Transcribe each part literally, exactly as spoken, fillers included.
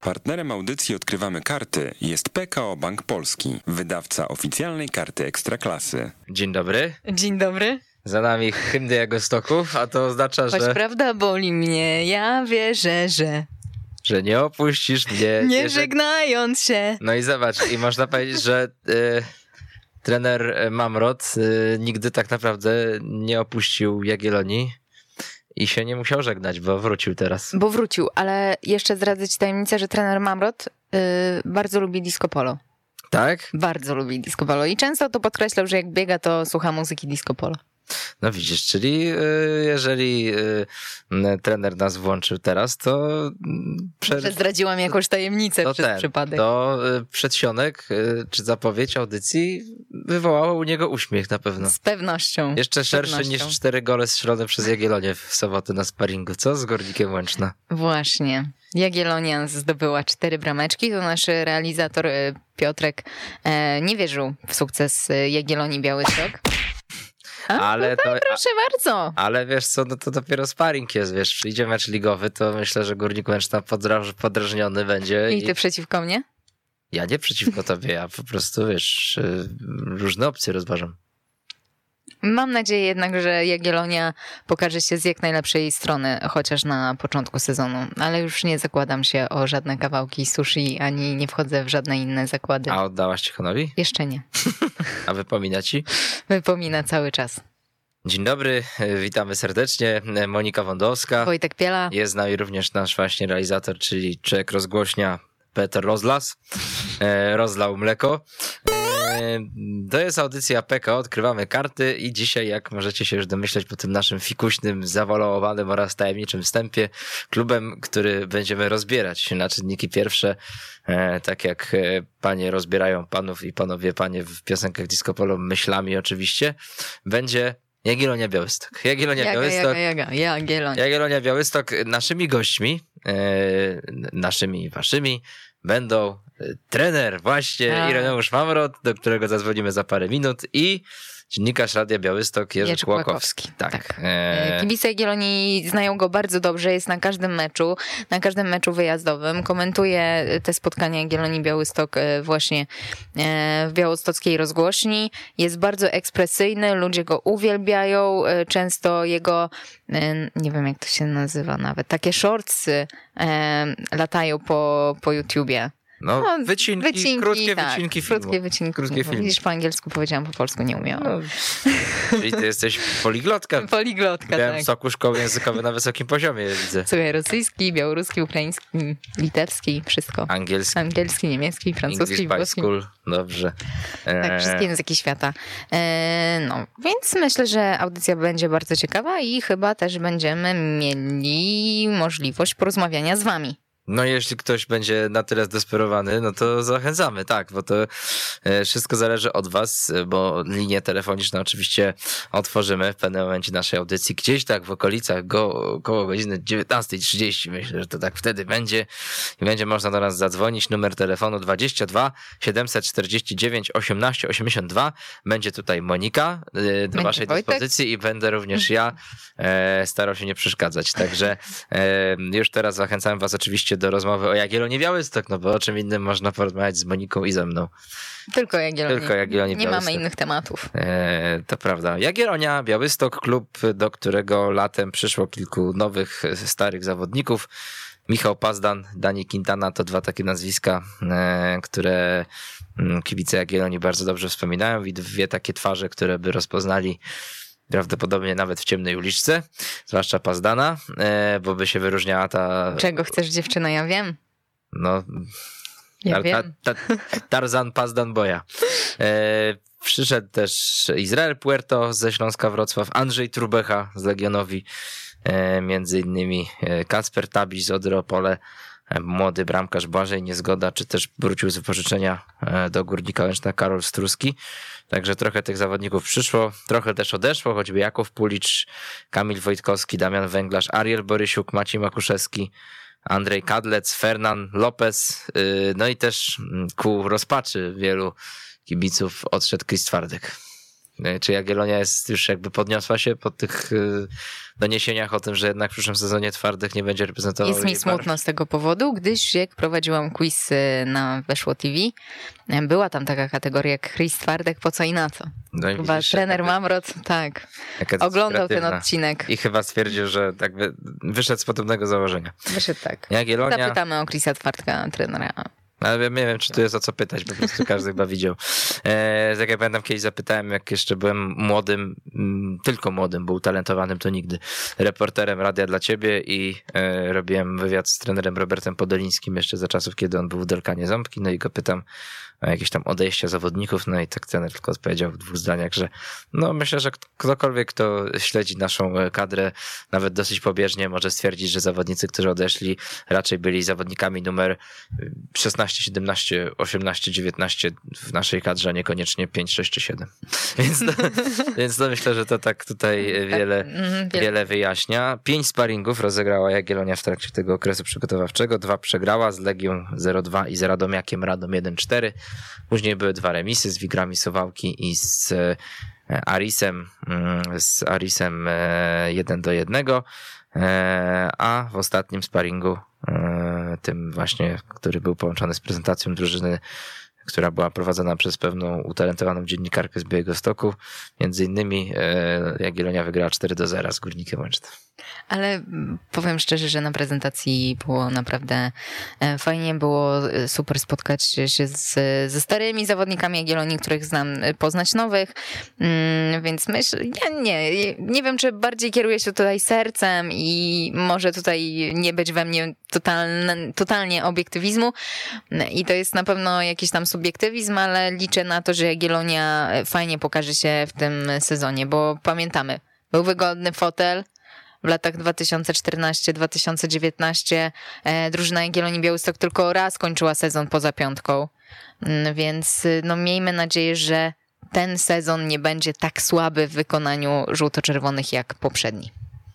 Partnerem audycji Odkrywamy Karty jest P K O Bank Polski, wydawca oficjalnej karty Ekstraklasy. Dzień dobry. Dzień dobry. Za nami hymny Jagostoków, a to oznacza, Choć że... prawda boli mnie, ja wierzę, że... Że nie opuścisz mnie. Nie żegnając się. No i zobacz, i można powiedzieć, że y, trener Mamrot y, nigdy tak naprawdę nie opuścił Jagiellonii i się nie musiał żegnać, bo wrócił teraz. Bo wrócił, ale jeszcze zdradzę ci tajemnicę, że trener Mamrot y, bardzo lubi disco polo. Tak? Bardzo lubi disco polo i często to podkreślał, że jak biega, to słucha muzyki disco polo. No widzisz, czyli y, jeżeli y, trener nas włączył teraz, to... Przed... Że zdradziłam jakąś tajemnicę to przez ten, przypadek. To y, przedsionek, y, czy zapowiedź audycji wywołało u niego uśmiech na pewno. Z pewnością. Jeszcze Z szerszy pewnością. niż cztery gole strzelone przez Jagiellonię w sobotę na sparingu. Co z Górnikiem Łęczna? Właśnie. Jagiellonia zdobyła cztery brameczki. To nasz realizator Piotrek nie wierzył w sukces Jagiellonii Białystok. A, ale tutaj, to, proszę bardzo. Ale wiesz co, no to dopiero sparring jest, wiesz, przyjdzie mecz ligowy, to myślę, że Górnik Łęczna podraż, podrażniony będzie. I ty i... przeciwko mnie? Ja nie przeciwko tobie, ja po prostu, wiesz, różne opcje rozważam. Mam nadzieję jednak, że Jagiellonia pokaże się z jak najlepszej strony, chociaż na początku sezonu, ale już nie zakładam się o żadne kawałki sushi, ani nie wchodzę w żadne inne zakłady. A oddałaś Cichonowi? Jeszcze nie. A wypomina ci? Wypomina cały czas. Dzień dobry, witamy serdecznie. Monika Wądowska. Wojtek Piela. Jest z nami również nasz właśnie realizator, czyli człowiek rozgłośnia Peter Rozlas. Rozlał mleko. To jest audycja P K O, odkrywamy karty i dzisiaj, jak możecie się już domyśleć po tym naszym fikuśnym, zawalowanym oraz tajemniczym wstępie, klubem, który będziemy rozbierać na czynniki pierwsze, tak jak panie rozbierają panów i panowie panie w piosenkach disco polo myślami oczywiście, będzie Jagiellonia Białystok. Jagiellonia jaga, Białystok. Jaga, jaga, Jagiellonia. Jagiellonia Białystok. Naszymi gośćmi, naszymi waszymi będą trener właśnie Ireneusz Mamrot, do którego zadzwonimy za parę minut, i dziennikarz Radia Białystok Jerzy, Jerzy Kłakowski. Tak. tak. E... Kibice Jagiellonii znają go bardzo dobrze, jest na każdym meczu, na każdym meczu wyjazdowym. Komentuje te spotkania Jagiellonii Białystok właśnie w białostockiej rozgłośni. Jest bardzo ekspresyjny, ludzie go uwielbiają, często jego, nie wiem jak to się nazywa nawet, takie shortsy latają po, po YouTubie. No, no wycinki, wycinki, krótkie tak, wycinki filmu. Krótkie wycinki krótkie filmu. Widzisz, po angielsku powiedziałam, po polsku nie umiałam. No, czyli ty jesteś poliglotka. Poliglotka, Miałem tak. soku szkoły językowe na wysokim poziomie, widzę. Słuchaj, rosyjski, białoruski, ukraiński, litewski, wszystko. Angielski. Angielski, niemiecki, francuski, włoski. School. Dobrze. E... Tak, wszystkie języki świata. E, no, więc myślę, że audycja będzie bardzo ciekawa i chyba też będziemy mieli możliwość porozmawiania z wami. No jeśli ktoś będzie na tyle zdesperowany, no to zachęcamy, tak, bo to wszystko zależy od was, bo linię telefoniczną oczywiście otworzymy w pewnym momencie naszej audycji, gdzieś tak w okolicach go, około godziny dziewiętnasta trzydzieści, myślę, że to tak wtedy będzie i będzie można do nas zadzwonić. Numer telefonu dwadzieścia dwa siedemset czterdzieści dziewięć osiemnaście osiemdziesiąt dwa. Będzie tutaj Monika do będzie waszej Wojtek. Dyspozycji i będę również ja e, starał się nie przeszkadzać, także e, już teraz zachęcam was oczywiście do rozmowy o Jagiellonii Białystok, no bo o czym innym można porozmawiać z Moniką i ze mną. Tylko Jagiellonii. Tylko Jagiellonii Nie Białystok. mamy innych tematów. E, to prawda. Jagiellonia Białystok, klub, do którego latem przyszło kilku nowych, starych zawodników. Michał Pazdan, Dani Quintana to dwa takie nazwiska, e, które kibice Jagiellonii bardzo dobrze wspominają i dwie takie twarze, które by rozpoznali prawdopodobnie nawet w ciemnej uliczce, zwłaszcza Pazdana, bo by się wyróżniała ta... Czego chcesz, dziewczyna? Ja wiem. No, ja tar, wiem. Ta, ta, Tarzan Pazdan Boja. E, przyszedł też Izrael Puerto ze Śląska Wrocław, Andrzej Trubecha z Legionowi, e, między innymi Kacper Tabiś z Odry Opole, młody bramkarz Błażej Niezgoda, czy też wrócił z wypożyczenia do Górnika Łęczna Karol Struski. Także trochę tych zawodników przyszło, trochę też odeszło, choćby Jakub Pulicz, Kamil Wojtkowski, Damian Węglarz, Ariel Borysiuk, Maciej Makuszewski, Andrzej Kadlec, Fernan Lopez, no i też ku rozpaczy wielu kibiców odszedł Chris Twardek. Czy Jagiellonia jest już jakby podniosła się po tych doniesieniach o tym, że jednak w przyszłym sezonie Twardych nie będzie reprezentował? Jest mi smutno z tego powodu, gdyż jak prowadziłam quiz na Weszło T V, była tam taka kategoria jak Chris Twardek, po co i na co. No i chyba widzisz, trener Mamrot, tak, oglądał ten odcinek. I chyba stwierdził, że tak wyszedł z podobnego założenia. Wyszedł tak. Jagiellonia... Zapytamy o Chrisa Twardka, trenera. Ale nie wiem, czy tu jest o co pytać, po prostu każdy chyba widział. E, tak jak pamiętam, kiedyś zapytałem, jak jeszcze byłem młodym, m, tylko młodym, bo utalentowanym to nigdy, reporterem Radia dla Ciebie i e, robiłem wywiad z trenerem Robertem Podolińskim jeszcze za czasów, kiedy on był w Delkanie Ząbki, no i go pytam o jakieś tam odejścia zawodników, no i tak trener tylko odpowiedział w dwóch zdaniach, że no myślę, że ktokolwiek, kto śledzi naszą kadrę, nawet dosyć pobieżnie może stwierdzić, że zawodnicy, którzy odeszli, raczej byli zawodnikami numer szesnaście, siedemnaście, osiemnaście, dziewiętnaście w naszej kadrze, a niekoniecznie pięć, sześć czy siedem. Więc to, więc to myślę, że to tak tutaj wiele, wiele wyjaśnia. Pięć sparingów rozegrała Jagiellonia w trakcie tego okresu przygotowawczego. Dwa przegrała z Legią zero dwa i z Radomiakiem Radom jeden cztery. Później były dwa remisy z Wigrami Suwałki i z Arisem, z Arisem jeden do jednego, a w ostatnim sparingu, tym właśnie, który był połączony z prezentacją drużyny, która była prowadzona przez pewną utalentowaną dziennikarkę z Białegostoku, między innymi Jagiellonia wygrała cztery do zera z Górnikiem Łęczna. Ale powiem szczerze, że na prezentacji było naprawdę fajnie, było super spotkać się z, ze starymi zawodnikami Jagiellonii, których znam, poznać nowych, więc myślę, ja nie, nie wiem, czy bardziej kieruję się tutaj sercem i może tutaj nie być we mnie totalne, totalnie obiektywizmu i to jest na pewno jakiś tam subiektywizm, ale liczę na to, że Jagiellonia fajnie pokaże się w tym sezonie, bo pamiętamy, był wygodny fotel. W latach dwa tysiące czternasty dwa tysiące dziewiętnasty e, drużyna Jagiellonii Białystok tylko raz kończyła sezon poza piątką, więc no miejmy nadzieję, że ten sezon nie będzie tak słaby w wykonaniu żółto-czerwonych jak poprzedni.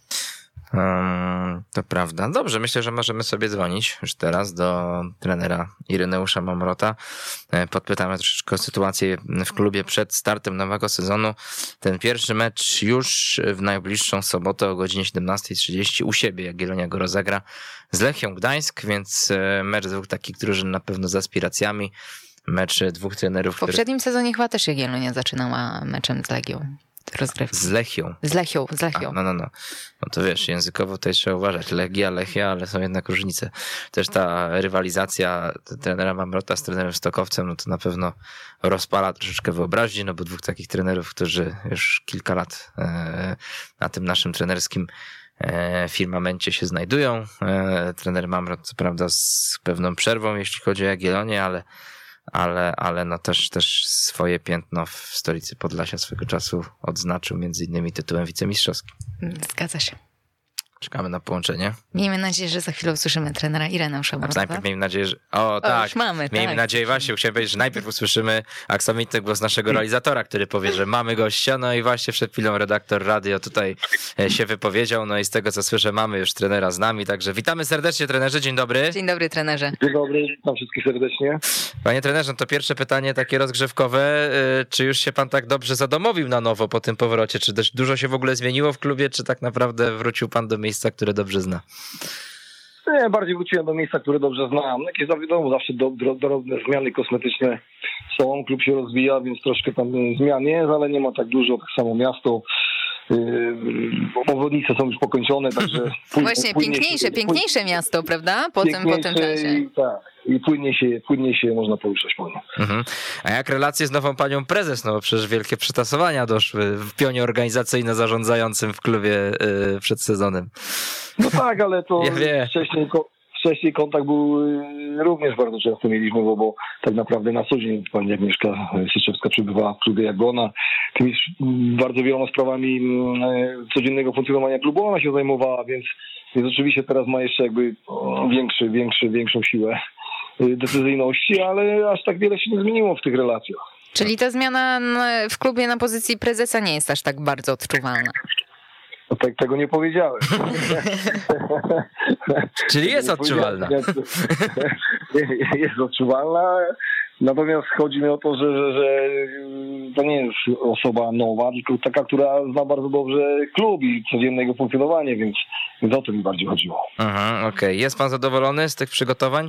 Um, to prawda. Dobrze, myślę, że możemy sobie dzwonić już teraz do trenera Ireneusza Mamrota. Podpytamy troszeczkę o sytuację w klubie przed startem nowego sezonu. Ten pierwszy mecz już w najbliższą sobotę o godzinie siedemnasta trzydzieści u siebie Jagiellonia go rozegra z Lechią Gdańsk, więc mecz dwóch takich drużyn na pewno z aspiracjami. Mecz dwóch trenerów. W poprzednim który... sezonie chyba też Jagiellonia zaczynała meczem z Legią. Rozgrywki. Z Lechią. Z Lechią, z Lechią. A, no, no, no. No to wiesz, językowo tutaj trzeba uważać. Legia, Lechia, ale są jednak różnice. Też ta rywalizacja trenera Mamrota z trenerem Stokowcem, no to na pewno rozpala troszeczkę wyobraźnię, no bo dwóch takich trenerów, którzy już kilka lat e, na tym naszym trenerskim e, firmamencie się znajdują. E, trener Mamrot, co prawda z pewną przerwą, jeśli chodzi o Jagiellonię, ale ale, ale no też, też swoje piętno w stolicy Podlasia swego czasu odznaczył między innymi tytułem wicemistrzowskim. Zgadza się. Czekamy na połączenie. Miejmy nadzieję, że za chwilę usłyszymy trenera Ireneusza Mamrota. Najpierw miejmy nadzieję, że... O, o tak. Już mamy, miejmy tak. nadzieję właśnie, chciałem powiedzieć, że najpierw usłyszymy aksamitny głos naszego realizatora, który powie, że mamy gościa. No i właśnie przed chwilą redaktor radio tutaj się wypowiedział. No i z tego, co słyszę, mamy już trenera z nami. Także witamy serdecznie, trenerze. Dzień dobry. Dzień dobry, trenerze. Dzień dobry, witam wszystkich serdecznie. Panie trenerze, to pierwsze pytanie takie rozgrzewkowe. Czy już się pan tak dobrze zadomowił na nowo po tym powrocie? Czy też dużo się w ogóle zmieniło w klubie? Czy tak naprawdę wrócił pan do miejsca, które dobrze zna? Nie, bardziej wróciłem do miejsca, które dobrze znam. Jakieś wiadomo, zawsze do, do, drobne zmiany kosmetyczne są, klub się rozwija, więc troszkę tam zmian jest, ale nie ma tak dużo, tak samo miasto. Yy, obwodnice są już pokończone, także... Płynnie, Właśnie, piękniejsze, się, piękniejsze płynnie, miasto, prawda? Po tym, po tym czasie. I, tak, i płynnie się, płynnie się można poruszać po nim. Mhm. A jak relacje z nową panią prezes? No bo przecież wielkie przetasowania doszły w pionie organizacyjno-zarządzającym w klubie yy, przed sezonem. No tak, ale to ja wcześniej, wcześniej kontakt był również bardzo często mieliśmy, bo, bo tak naprawdę na co dzień pani Agnieszka Syczewska przybywała w klubie jak ona. Tymi bardzo wieloma sprawami codziennego funkcjonowania klubu ona się zajmowała, więc, więc oczywiście teraz ma jeszcze jakby większy, większy, większą siłę decyzyjności, ale aż tak wiele się nie zmieniło w tych relacjach. Czyli ta zmiana w klubie na pozycji prezesa nie jest aż tak bardzo odczuwalna. No tak, tego nie powiedziałem. Czyli jest odczuwalna. Jest odczuwalna. Natomiast chodzi mi o to, że, że, że to nie jest osoba nowa, tylko taka, która zna bardzo dobrze klub i codzienne jego funkcjonowanie, więc, więc o to mi bardziej chodziło. Aha, okej. Okay. Jest pan zadowolony z tych przygotowań?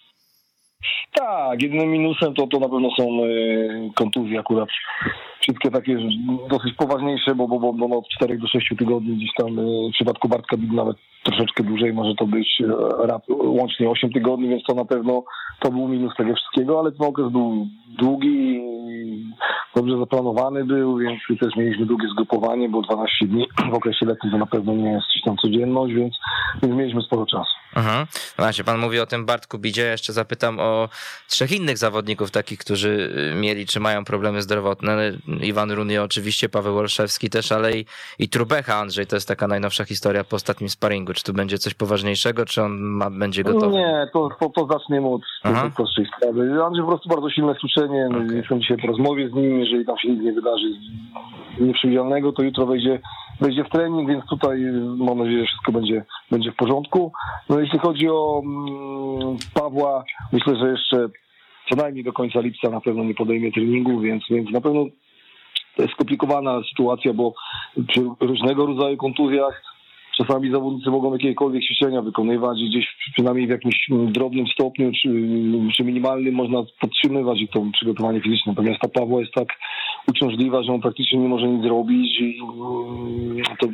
Tak, jedynym minusem to, to na pewno są kontuzje akurat. Wszystkie takie dosyć poważniejsze, bo, bo, bo, bo od czterech do sześciu tygodni gdzieś tam w przypadku Bartka Bid nawet troszeczkę dłużej może to być łącznie osiem tygodni, więc to na pewno to był minus tego wszystkiego, ale ten okres był długi, dobrze zaplanowany był, więc też mieliśmy długie zgrupowanie, bo dwanaście dni w okresie letnim to na pewno nie jest tam codzienność, więc, więc mieliśmy sporo czasu. Mhm. Właśnie, pan mówi o tym Bartku Bidzie, jeszcze zapytam o trzech innych zawodników takich, którzy mieli czy mają problemy zdrowotne. Iwan Runie oczywiście, Paweł Olszewski też, ale i, i Trubecha Andrzej, to jest taka najnowsza historia po ostatnim sparingu. Czy tu będzie coś poważniejszego, czy on ma, będzie gotowy? Nie, to, to, to zaczniemy od prostszej sprawy. Andrzej po prostu bardzo silne skuczenie. Okay. Jestem dzisiaj po rozmowie z nim, jeżeli tam się nic nie wydarzy nieprzewidzialnego, to jutro wejdzie, wejdzie w trening, więc tutaj mam nadzieję, że wszystko będzie, będzie w porządku. No jeśli chodzi o mm, Pawła, myślę, że jeszcze co najmniej do końca lipca na pewno nie podejmie treningu, więc, więc na pewno to jest skomplikowana sytuacja, bo przy różnego rodzaju kontuzjach czasami zawodnicy mogą jakiekolwiek ćwiczenia wykonywać i gdzieś przynajmniej w jakimś drobnym stopniu czy, czy minimalnym można podtrzymywać ich to przygotowanie fizyczne. Natomiast ta Pawła jest tak uciążliwa, że on praktycznie nie może nic zrobić i to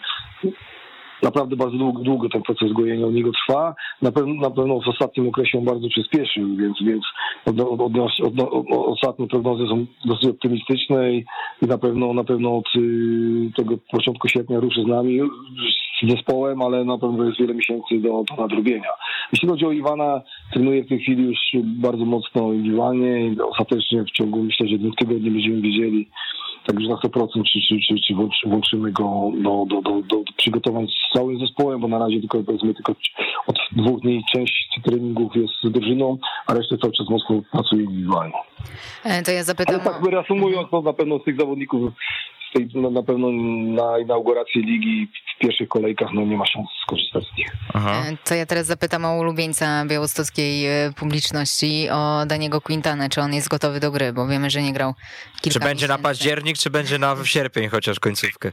naprawdę bardzo długo, długo ten proces gojenia u niego trwa. Na pewno, na pewno w ostatnim okresie on bardzo przyspieszył, więc, więc od, od, od, od, od, ostatnie prognozy są dosyć optymistyczne i, i na pewno na pewno od y, tego początku sierpnia ruszy z nami z zespołem, ale na pewno jest wiele miesięcy do, do nadrobienia. Jeśli chodzi o Iwana, trenuje w tej chwili już bardzo mocno indywidualnie i ostatecznie w ciągu, myślę, że dwóch tygodni będziemy wiedzieli także na sto procent czy, czy, czy, czy włączymy go do, do, do, do przygotowań z całym zespołem, bo na razie tylko powiedzmy tylko od dwóch dni część treningów jest z drużyną, a resztę cały czas mocno pracuje indywidualnie. To ja zapytam... Ale tak reasumując, to na pewno z tych zawodników tej, no, na pewno na inaugurację ligi w pierwszych kolejkach no, nie ma szans skorzystać z nich. Aha. To ja teraz zapytam o ulubieńca białostockiej publiczności, o Daniego Quintanę. Czy on jest gotowy do gry? Bo wiemy, że nie grał kilka Czy będzie miesięcy. na październik, czy będzie na sierpień chociaż końcówkę?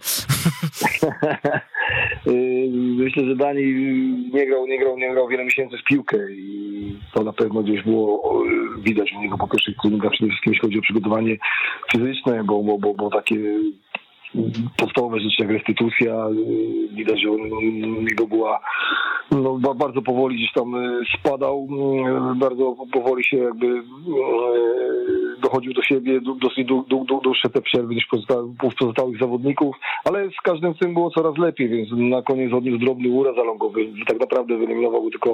Myślę, że Dani nie grał, nie grał, nie grał wiele miesięcy w piłkę i to na pewno gdzieś było widać u niego po pierwszych treningach, przede wszystkim jeśli chodzi o przygotowanie fizyczne, bo, bo, bo, bo takie podstawowe rzeczy jak restytucja, widać, że u niego była no, bardzo powoli gdzieś tam spadał, bardzo powoli się jakby dochodził do siebie, dosyć dłuższe te przerwy niż u pozostałych zawodników, ale z każdym z tym było coraz lepiej, więc na koniec odniósł drobny uraz zalągowy. Tak naprawdę wyeliminował tylko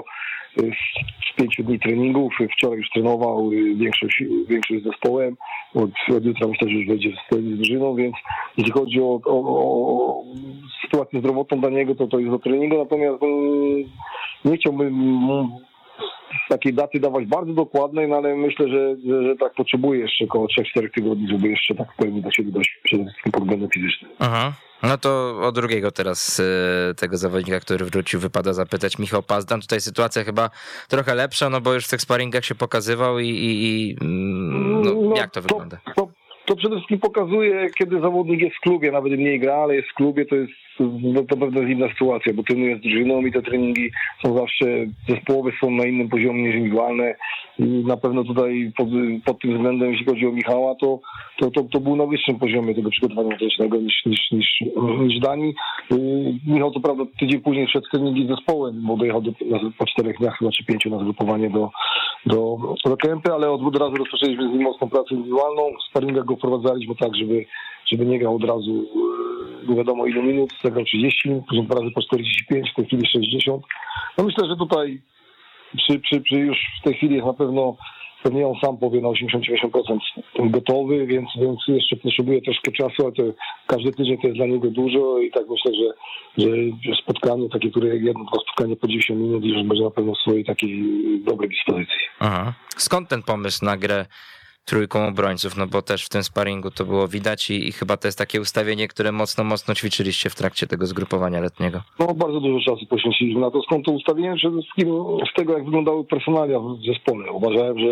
z pięciu dni treningów. Wczoraj już trenował większość, większość z zespołem. Od, od jutra myślę, że już będzie z drużyną, więc jeśli chodzi o, o, o sytuację zdrowotną Daniego, to to jest do treningu, natomiast um, nie chciałbym um, takiej daty dawać bardzo dokładnej, no ale myślę, że, że, że tak potrzebuje jeszcze około trzech czterech tygodni, żeby jeszcze tak w pełni do siebie dojść przede wszystkim pod względem fizycznym. Aha. No to o drugiego teraz tego zawodnika, który wrócił, wypada zapytać. Michał Pazdan. Tutaj sytuacja chyba trochę lepsza, no bo już w tych sparingach się pokazywał i, i, i no, no, jak to, to wygląda? To, to przede wszystkim pokazuje, kiedy zawodnik jest w klubie, nawet mniej gra, ale jest w klubie, to jest no, to pewna inna sytuacja, bo trenuje z drużyną i te treningi są zawsze zespołowe, są na innym poziomie niż indywidualne. I na pewno tutaj pod, pod tym względem, jeśli chodzi o Michała, to, to, to, to był na wyższym poziomie tego przygotowania fizycznego niż, niż, niż, niż Dani. Yy, Michał co prawda tydzień później wszedł w treningi z zespołem, bo dojechał do, po czterech dniach, chyba czy pięciu na zgrupowanie do, do, do Kępy, ale od, od razu rozpoczęliśmy z nim mocną pracę indywidualną. W sparingach go wprowadzaliśmy tak, żeby, żeby nie grał od razu nie wiadomo ilu minut, zagrał trzydzieści, później dwa razy po czterdzieści pięć, w tej chwili sześćdziesiąt. No myślę, że tutaj przy, przy, przy już w tej chwili jest na pewno, pewnie on sam powie, na osiemdziesiąt do dziewięćdziesięciu procent gotowy, więc, więc jeszcze potrzebuje troszkę czasu, ale to każdy tydzień to jest dla niego dużo i tak myślę, że, że spotkanie takie, które jedno, dwa spotkanie po dziesięć minut już będzie na pewno w swojej takiej dobrej dyspozycji. Aha. Skąd ten pomysł na grę trójką obrońców, no bo też w tym sparingu to było widać i, i chyba to jest takie ustawienie, które mocno, mocno ćwiczyliście w trakcie tego zgrupowania letniego. No bardzo dużo czasu poświęciliśmy na to. Skąd to ustawienie? Przede wszystkim z tego, jak wyglądały personalia w zespole. Uważałem, że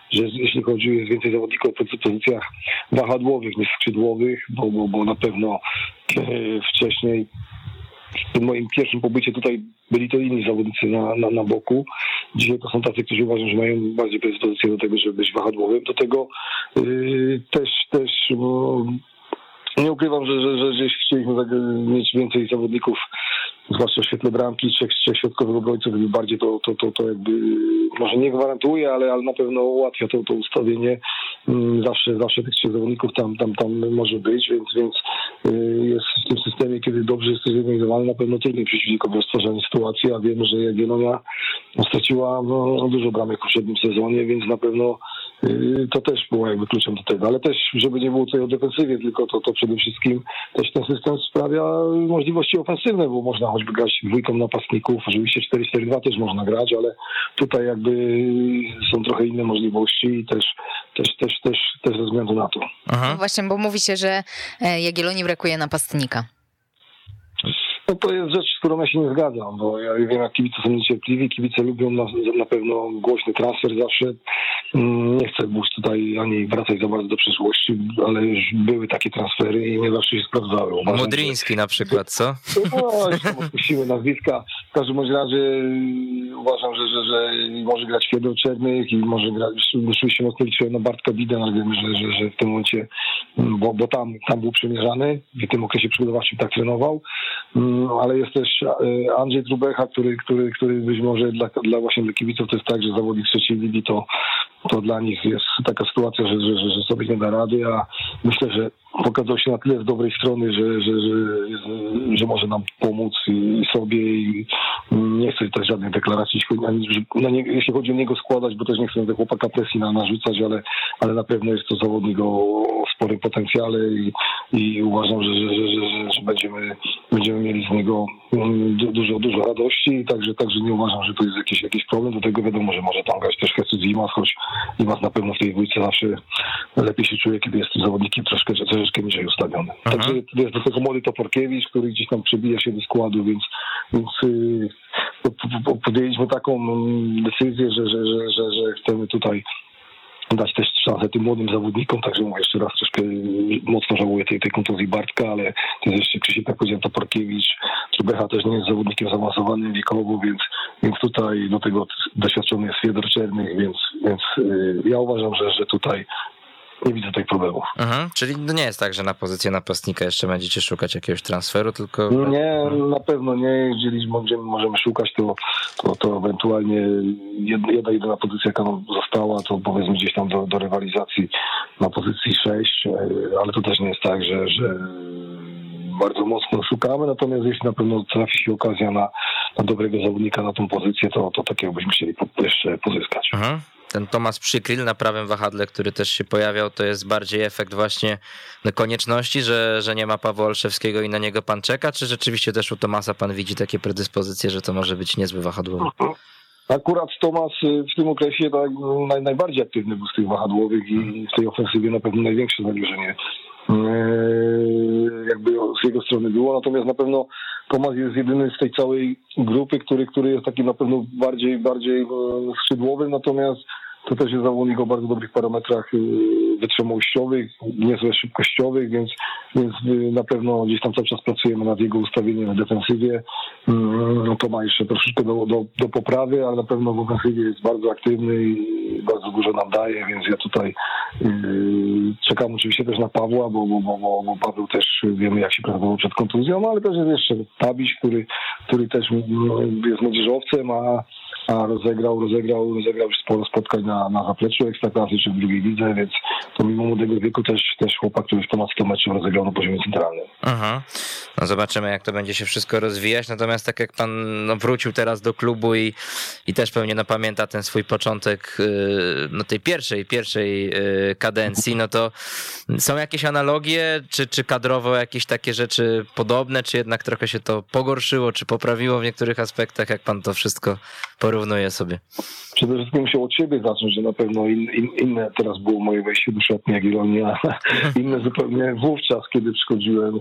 że jeśli chodzi, jest więcej zawodników w pozycjach wahadłowych niż skrzydłowych, bo, bo, bo na pewno e, wcześniej w tym moim pierwszym pobycie tutaj byli to inni zawodnicy na, na, na boku. Dzisiaj to są tacy, którzy uważam, że mają bardziej predyspozycję do tego, żeby być wahadłowym. Do tego yy, też, też no, nie ukrywam, że, że, że, że chcieliśmy mieć więcej zawodników, zwłaszcza w świetle bramki, trzech, trzech środkowych obrońców, bardziej to, to, to, to jakby może nie gwarantuje, ale, ale na pewno ułatwia to, to ustawienie. Zawsze, zawsze tych trzech zawodników tam, tam, tam może być, więc, więc jest w tym systemie, kiedy dobrze jest to zorganizowany, na pewno trudniej przeciwnikowi o stwarzanie sytuacji, a wiem, że Jagiellonia straciła no, dużo bramek w poprzednim sezonie, więc na pewno to też było jakby kluczem do tego, ale też, żeby nie było tutaj o defensywie, tylko to, to przede wszystkim też ten system sprawia możliwości ofensywne, bo można choćby grać dwójką napastników, oczywiście cztery cztery dwa też można grać, ale tutaj jakby są trochę inne możliwości i też, też, też, też, też ze względu na to. No właśnie, bo mówi się, że Jagiellonii brakuje napastnika. No to jest rzecz, z którą ja się nie zgadzam, bo ja wiem, jak kibice są niecierpliwi, kibice lubią na, na pewno głośny transfer zawsze. Nie chcę już tutaj ani wracać za bardzo do przeszłości, ale już były takie transfery i nie zawsze się sprawdzały. Uważam, Mudryński że... na przykład, co? No, już tam odpuściły nazwiska. W każdym bądź razie uważam, że, że, że może grać Fiodor Czernych i może grać, rzeczywiście mocno liczyłem na Bartka Bidę, ale wiemy, że, że, że w tym momencie, bo, bo tam, tam był przymierzany, w tym okresie przygotowawczym tak trenował. Ale jest też Andrzej Trubecha, który, który, który być może dla, dla właśnie dla kibiców to jest tak, że zawodnik trzeciej ligi to, to dla nich jest taka sytuacja, że, że, że sobie nie da rady, a myślę, że pokazał się na tyle z dobrej strony, że, że, że, że może nam pomóc i sobie i nie chcę też żadnych deklaracji, no nie, jeśli chodzi o niego składać, bo też nie chcę tego chłopaka presji na, narzucać, ale, ale na pewno jest to zawodnik o sporym potencjale i, i uważam, że, że, że, że, że będziemy, będziemy mieli z niego dużo, dużo radości, także, także nie uważam, że to jest jakiś, jakiś problem. Do tego wiadomo, że może tam grać też Jesus Zimas, choć Zimas na pewno w tej dwójce zawsze lepiej się czuje, kiedy jest tym zawodnikiem troszkę, troszeczkę niżej ustawiony. Aha. Także jest do tego młody Toporkiewicz, który gdzieś tam przebija się do składu, więc, więc yy, podjęliśmy taką decyzję, że, że, że, że, że chcemy tutaj dać też szansę tym młodym zawodnikom, także mówię jeszcze raz, troszkę mocno żałuję tej, tej kontuzji Bartka, ale to jest jeszcze Krzysiek, tak powiedziałem, Toporkiewicz, Trubecha też nie jest zawodnikiem zaawansowanym wiekowo, więc, więc tutaj do tego doświadczony jest Fiodor Czernych, więc, więc yy, ja uważam, że, że tutaj nie widzę tych problemów. Mhm, czyli no nie jest tak, że na pozycję napastnika jeszcze będziecie szukać jakiegoś transferu, tylko... Nie, na pewno nie. Jeżeli będziemy, możemy szukać, to, to, to ewentualnie jedna, jedna, jedyna pozycja, jaka nam została, to powiedzmy gdzieś tam do, do rywalizacji na pozycji sześć, ale to też nie jest tak, że, że bardzo mocno szukamy, natomiast jeśli na pewno trafi się okazja na, na dobrego zawodnika na tą pozycję, to, to takiego byśmy chcieli jeszcze pozyskać. Mhm. Ten Tomasz Przykryl na prawym wahadle, który też się pojawiał, to jest bardziej efekt właśnie konieczności, że, że nie ma Pawła Olszewskiego i na niego pan czeka, czy rzeczywiście też u Tomasa pan widzi takie predyspozycje, że to może być niezły wahadłowy? Akurat Tomasz w tym okresie tak naj, najbardziej aktywny był z tych wahadłowych i w tej ofensywie na pewno największe zagrożenie jakby z jego strony było, natomiast na pewno Tomasz jest jedyny z tej całej grupy, który, który jest taki na pewno bardziej, bardziej skrzydłowy, natomiast to też jest zawodnik o bardzo dobrych parametrach wytrzymałościowych, niezłe szybkościowych, więc, więc na pewno gdzieś tam cały czas pracujemy nad jego ustawieniem w defensywie. To ma jeszcze troszeczkę do, do, do poprawy, ale na pewno w ofensywie jest bardzo aktywny i bardzo dużo nam daje, więc ja tutaj yy, czekam oczywiście też na Pawła, bo, bo, bo, bo Paweł też wiemy, jak się pracował przed kontuzją, ale też jest jeszcze Tabiś, który, który też jest młodzieżowcem, a a rozegrał, rozegrał, rozegrał już sporo spotkań na, na zapleczu Ekstraklasy czy w drugiej lidze, więc to mimo młodego wieku też, też chłopak, który w ponad sto meczów rozegrał na poziomie centralnym. Aha. No zobaczymy, jak to będzie się wszystko rozwijać, natomiast tak jak pan no, wrócił teraz do klubu i, i też pewnie no, pamięta ten swój początek no, tej pierwszej, pierwszej kadencji, no to są jakieś analogie, czy, czy kadrowo jakieś takie rzeczy podobne, czy jednak trochę się to pogorszyło, czy poprawiło w niektórych aspektach, jak pan to wszystko porównuje sobie? Przede wszystkim musiał od siebie zacząć, że na pewno in, in, inne teraz było moje wejście do szatni Jagiellonii, a inne zupełnie wówczas, kiedy przychodziłem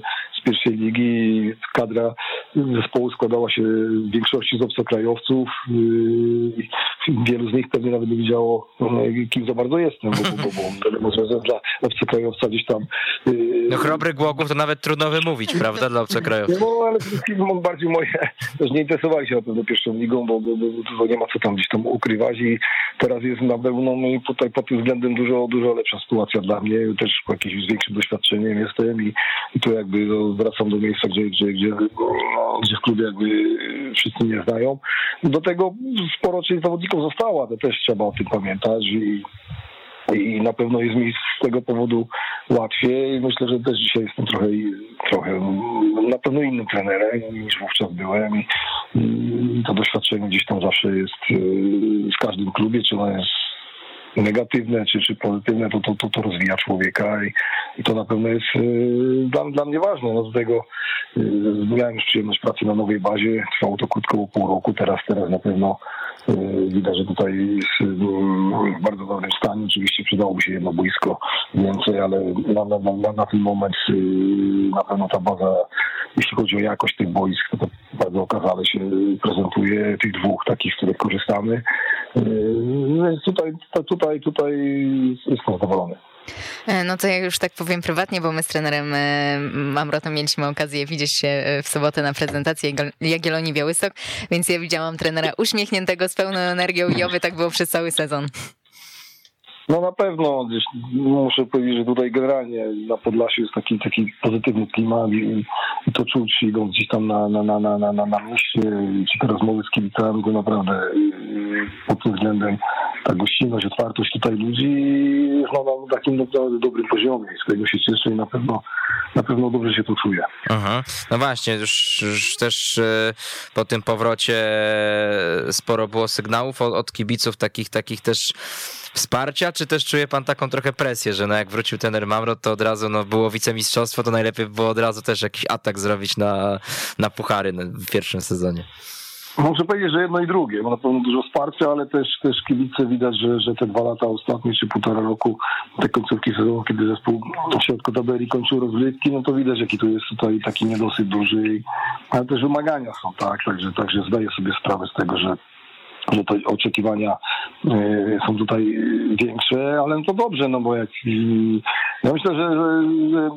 z pierwszej ligi. Kadra zespołu składała się w większości z obcokrajowców. Wielu z nich pewnie nawet nie wiedziało, kim za bardzo jestem, bo, bo, bo, bo, bo dla obcokrajowca gdzieś tam... No Chrobry Głogów to nawet trudno wymówić, prawda, dla obcokrajowców. No ale bardziej moje też nie interesowali się na pewno pierwszą ligą, bo, bo, bo, bo nie ma co tam gdzieś tam ukrywać i teraz jest na pewno no, tutaj pod tym względem dużo, dużo lepsza sytuacja dla mnie. Też po jakimś większym doświadczeniem jestem i, i tu jakby no, wracam do miejsca, gdzie, gdzie, gdzie, no, gdzie w klubie jakby wszyscy mnie znają. Do tego sporo część zawodników została, to też trzeba o tym pamiętać i I na pewno jest mi z tego powodu łatwiej. Myślę, że też dzisiaj jestem trochę, trochę na pewno innym trenerem niż wówczas byłem. I to doświadczenie gdzieś tam zawsze jest w każdym klubie, czy ono jest negatywne, czy, czy pozytywne, to, to, to, to rozwija człowieka i, i to na pewno jest dla, dla mnie ważne. No do tego miałem już przyjemność pracy na nowej bazie, trwało to krótko, bo pół roku, teraz, teraz na pewno widać, że tutaj jest w bardzo dobrym stanie. Oczywiście przydałoby się jedno boisko więcej, ale na, na, na, na ten moment na pewno ta baza, jeśli chodzi o jakość tych boisk, to, to bardzo okazale się prezentuje, tych dwóch takich, z których korzystamy. Więc tutaj, tutaj, tutaj jestem zadowolony. No to ja już tak powiem prywatnie, bo my z trenerem Mamrotem mieliśmy okazję widzieć się w sobotę na prezentacji Jagiellonii Białystok, więc ja widziałam trenera uśmiechniętego z pełną energią i oby tak było przez cały sezon. No na pewno, gdzieś muszę powiedzieć, że tutaj generalnie na Podlasiu jest taki, taki pozytywny klimat i, i to czuć, idąc gdzieś tam na, na, na, na, na, na mieście, czy te rozmowy z kibicami, to naprawdę pod tym względem ta gościnność, otwartość tutaj ludzi jest no, na takim naprawdę dobrym poziomie i z tego się cieszę i na pewno, na pewno dobrze się tu czuję. Aha. No właśnie, już, już też po tym powrocie sporo było sygnałów od, od kibiców takich, takich też wsparcia, czy też czuje pan taką trochę presję, że no jak wrócił trener Mamrot, to od razu no było wicemistrzostwo, to najlepiej było od razu też jakiś atak zrobić na, na puchary w pierwszym sezonie? Muszę powiedzieć, że jedno i drugie, bo na pewno dużo wsparcia, ale też, też kibice widać, że, że te dwa lata ostatnie, czy półtora roku, te końcówki sezonu, kiedy zespół w środku tabeli kończył rozgrywki, no to widać, jaki tu jest tutaj taki niedosyt duży, ale też wymagania są, tak, także, także zdaję sobie sprawę z tego, że że te oczekiwania y, są tutaj większe, ale to dobrze, no bo jak y, ja myślę, że, że, że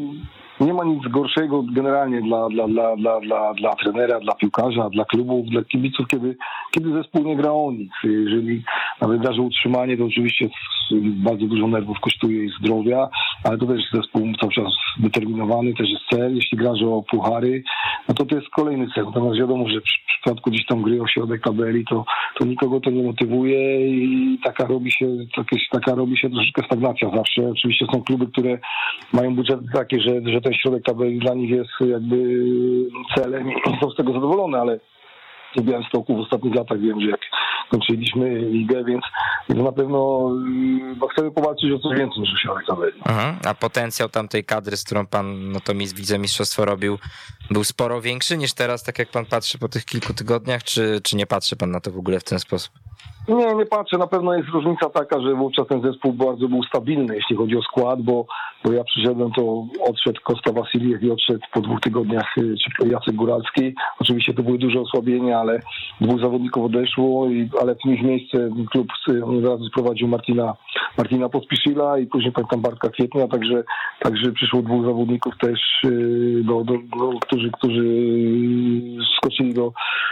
nie ma nic gorszego generalnie dla, dla, dla, dla, dla, dla trenera, dla piłkarza, dla klubów, dla kibiców, kiedy, kiedy zespół nie gra o nic. Jeżeli nawet darzy utrzymanie, to oczywiście bardzo dużo nerwów kosztuje i zdrowia, ale to też jest zespół cały czas zdeterminowany, też jest cel. Jeśli grasz o puchary, no to to jest kolejny cel. Natomiast wiadomo, że w przypadku gdzieś tam gry o środek tabeli, to, to nikogo to nie motywuje i taka robi się, taka robi się troszeczkę stagnacja zawsze. Oczywiście są kluby, które mają budżety takie, że, że ten środek tabeli dla nich jest jakby celem i są z tego zadowolone, ale w Białymstoku w ostatnich latach wiem, że jak kończyliśmy ligę, więc, więc na pewno bo chcemy powalczyć o coś więcej niż o środek tabeli. Aha. A potencjał tamtej kadry, z którą pan no to wicemistrzostwo robił, był sporo większy niż teraz, tak jak pan patrzy po tych kilku tygodniach, czy, czy nie patrzy pan na to w ogóle w ten sposób? Nie, nie patrzę. Na pewno jest różnica taka, że wówczas ten zespół bardzo był stabilny, jeśli chodzi o skład, bo, bo ja przyszedłem, to odszedł Kosta Wasiliew i odszedł po dwóch tygodniach czy Jacek Góralski. Oczywiście to były duże osłabienia, ale dwóch zawodników odeszło, i, ale w ich miejsce klub zaraz sprowadził Martina, Martina Pospiszila i później pamiętam Bartka Kwietnia, także, także przyszło dwóch zawodników też, do, do, do, którzy, którzy skoczyli do,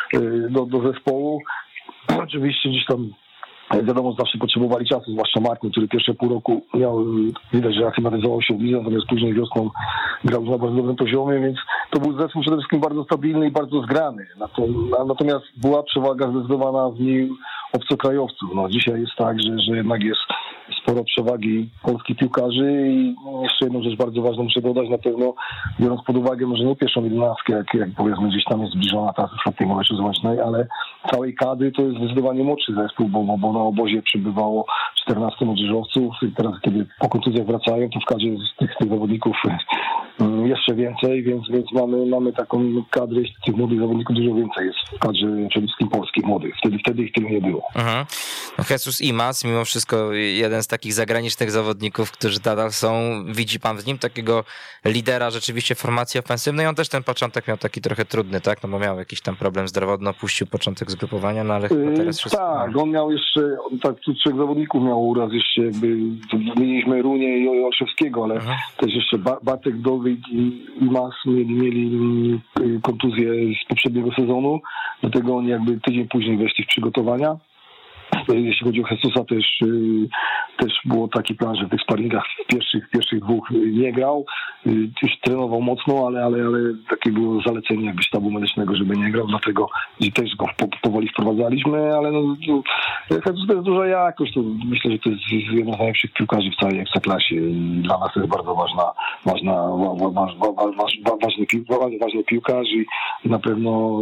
do, do zespołu. Oczywiście gdzieś tam wiadomo, zawsze potrzebowali czasu, zwłaszcza Martin, który pierwsze pół roku miał, widać, że aklimatyzował się w lidze, natomiast później wiosną grał już na bardzo dobrym poziomie, więc to był zespół przede wszystkim bardzo stabilny i bardzo zgrany. Natomiast była przewaga zdecydowana w nim obcokrajowców. No, dzisiaj jest tak, że, że jednak jest sporo przewagi polskich piłkarzy i jeszcze jedną rzecz bardzo ważną muszę dodać, na pewno biorąc pod uwagę może nie pierwszą jedenastkę, jak, jak powiedzmy gdzieś tam jest zbliżona ta z ostatniej meczu z Łęcznej, ale całej kadry to jest zdecydowanie młodszy zespół, bo, bo na obozie przybywało czternastu młodzieżowców i teraz, kiedy po kontuzjach wracają, to w kadrze z tych, tych zawodników jeszcze więcej, więc, więc mamy, mamy taką kadrę, tych młodych zawodników dużo więcej jest w kadrze przede wszystkim polskich młodych. Wtedy, wtedy ich tyle nie było. Mhm. Jesus Imaz, mimo wszystko jeden z takich zagranicznych zawodników, którzy nadal są. Widzi pan w nim takiego lidera rzeczywiście formacji ofensywnej? On też ten początek miał taki trochę trudny, tak? No bo miał jakiś tam problem zdrowotny, opuścił początek zgrupowania, no ale chyba teraz wszystko... Tak, on miał jeszcze, on tak tu trzech zawodników miał uraz jeszcze jakby, mieliśmy Runię i Olszewskiego, ale mhm. też jeszcze Bartek, Dowid i Imaz mieli, mieli kontuzję z poprzedniego sezonu, dlatego oni jakby tydzień później weszli w przygotowania. Jeśli chodzi o Jesusa, też, też było taki plan, że w tych sparingach w pierwszych, w pierwszych dwóch nie grał. Już trenował mocno, ale, ale, ale takie było zalecenie jakby sztabu medycznego, żeby nie grał, dlatego też go powoli wprowadzaliśmy, ale no, Jesus to jest duża jakość. To myślę, że to jest jeden z najlepszych piłkarzy w całej Ekstraklasie i dla nas to jest bardzo ważna, ważna, wa, wa, wa, wa, wa, ważny, ważny, ważny piłkarz i na pewno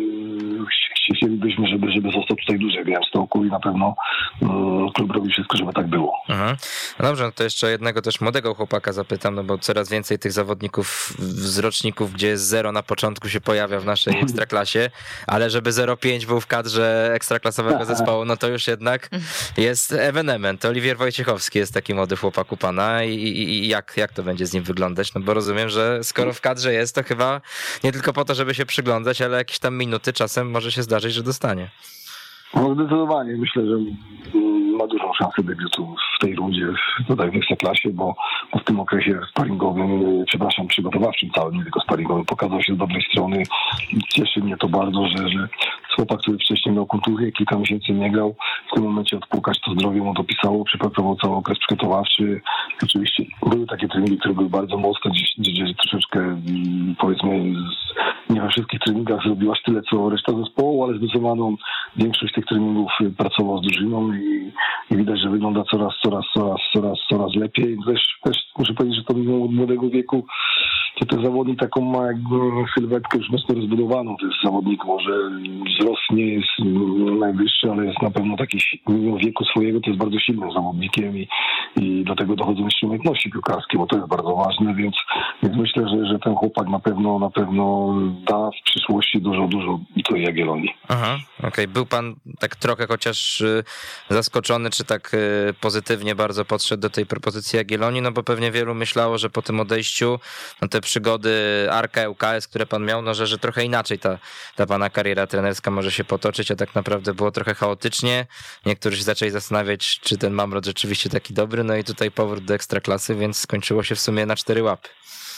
chcielibyśmy, żeby, żeby został tutaj dłużej w Białymstoku i na pewno um, klub robi wszystko, żeby tak było. Mhm. No dobrze, no to jeszcze jednego też młodego chłopaka zapytam, no bo coraz więcej tych zawodników z roczników, gdzie jest zero na początku się pojawia w naszej Ekstraklasie, ale żeby zero pięć był w kadrze ekstraklasowego zespołu, no to już jednak jest ewenement. Oliwier Wojciechowski jest taki młody chłopak u pana i, i, i jak, jak to będzie z nim wyglądać? No bo rozumiem, że skoro w kadrze jest, to chyba nie tylko po to, żeby się przyglądać, ale jakieś tam minuty czasem może się zdarzyć, że dostanie. No zdecydowanie. Myślę, że ma dużą szansę debiutu w tej rundzie tutaj w Ekstraklasie, bo w tym okresie sparingowym, przepraszam, przygotowawczym całym, nie tylko sparingowym, pokazał się z dobrej strony. Cieszy mnie to bardzo, że, że chłopak, który wcześniej miał kontuzję, kilka miesięcy nie grał, w tym momencie odpukać to zdrowie mu dopisało, przepracował cały okres przygotowawczy. Oczywiście były takie treningi, które były bardzo mocne, gdzie, gdzie troszeczkę, powiedzmy, nie we wszystkich treningach zrobiłaś tyle, co reszta zespołu, ale zdecydowaną większość tych treningów pracował z drużyną i, i widać, że wygląda coraz, coraz, coraz, coraz, coraz lepiej. Też, też muszę powiedzieć, że to mimo młodego wieku to ten zawodnik taką ma jakby sylwetkę już mocno rozbudowaną. To jest zawodnik, może wzrost nie jest najwyższy, ale jest na pewno taki, mimo wieku swojego, to jest bardzo silnym zawodnikiem i, i do tego dochodzą jeszcze umiejętności piłkarskie, bo to jest bardzo ważne, więc, więc myślę, że, że ten chłopak na pewno na pewno da w przyszłości dużo, dużo do Jagiellonii. Aha, okej. Okay. Był pan tak trochę chociaż zaskoczony, czy tak pozytywnie bardzo podszedł do tej propozycji Jagiellonii, no bo pewnie wielu myślało, że po tym odejściu, no te przygody Arka, L K S, które pan miał, no że, że trochę inaczej ta, ta pana kariera trenerska może się potoczyć, a tak naprawdę było trochę chaotycznie. Niektórzy się zaczęli zastanawiać, czy ten Mamrot rzeczywiście taki dobry, no i tutaj powrót do Ekstraklasy, więc skończyło się w sumie na cztery łapy.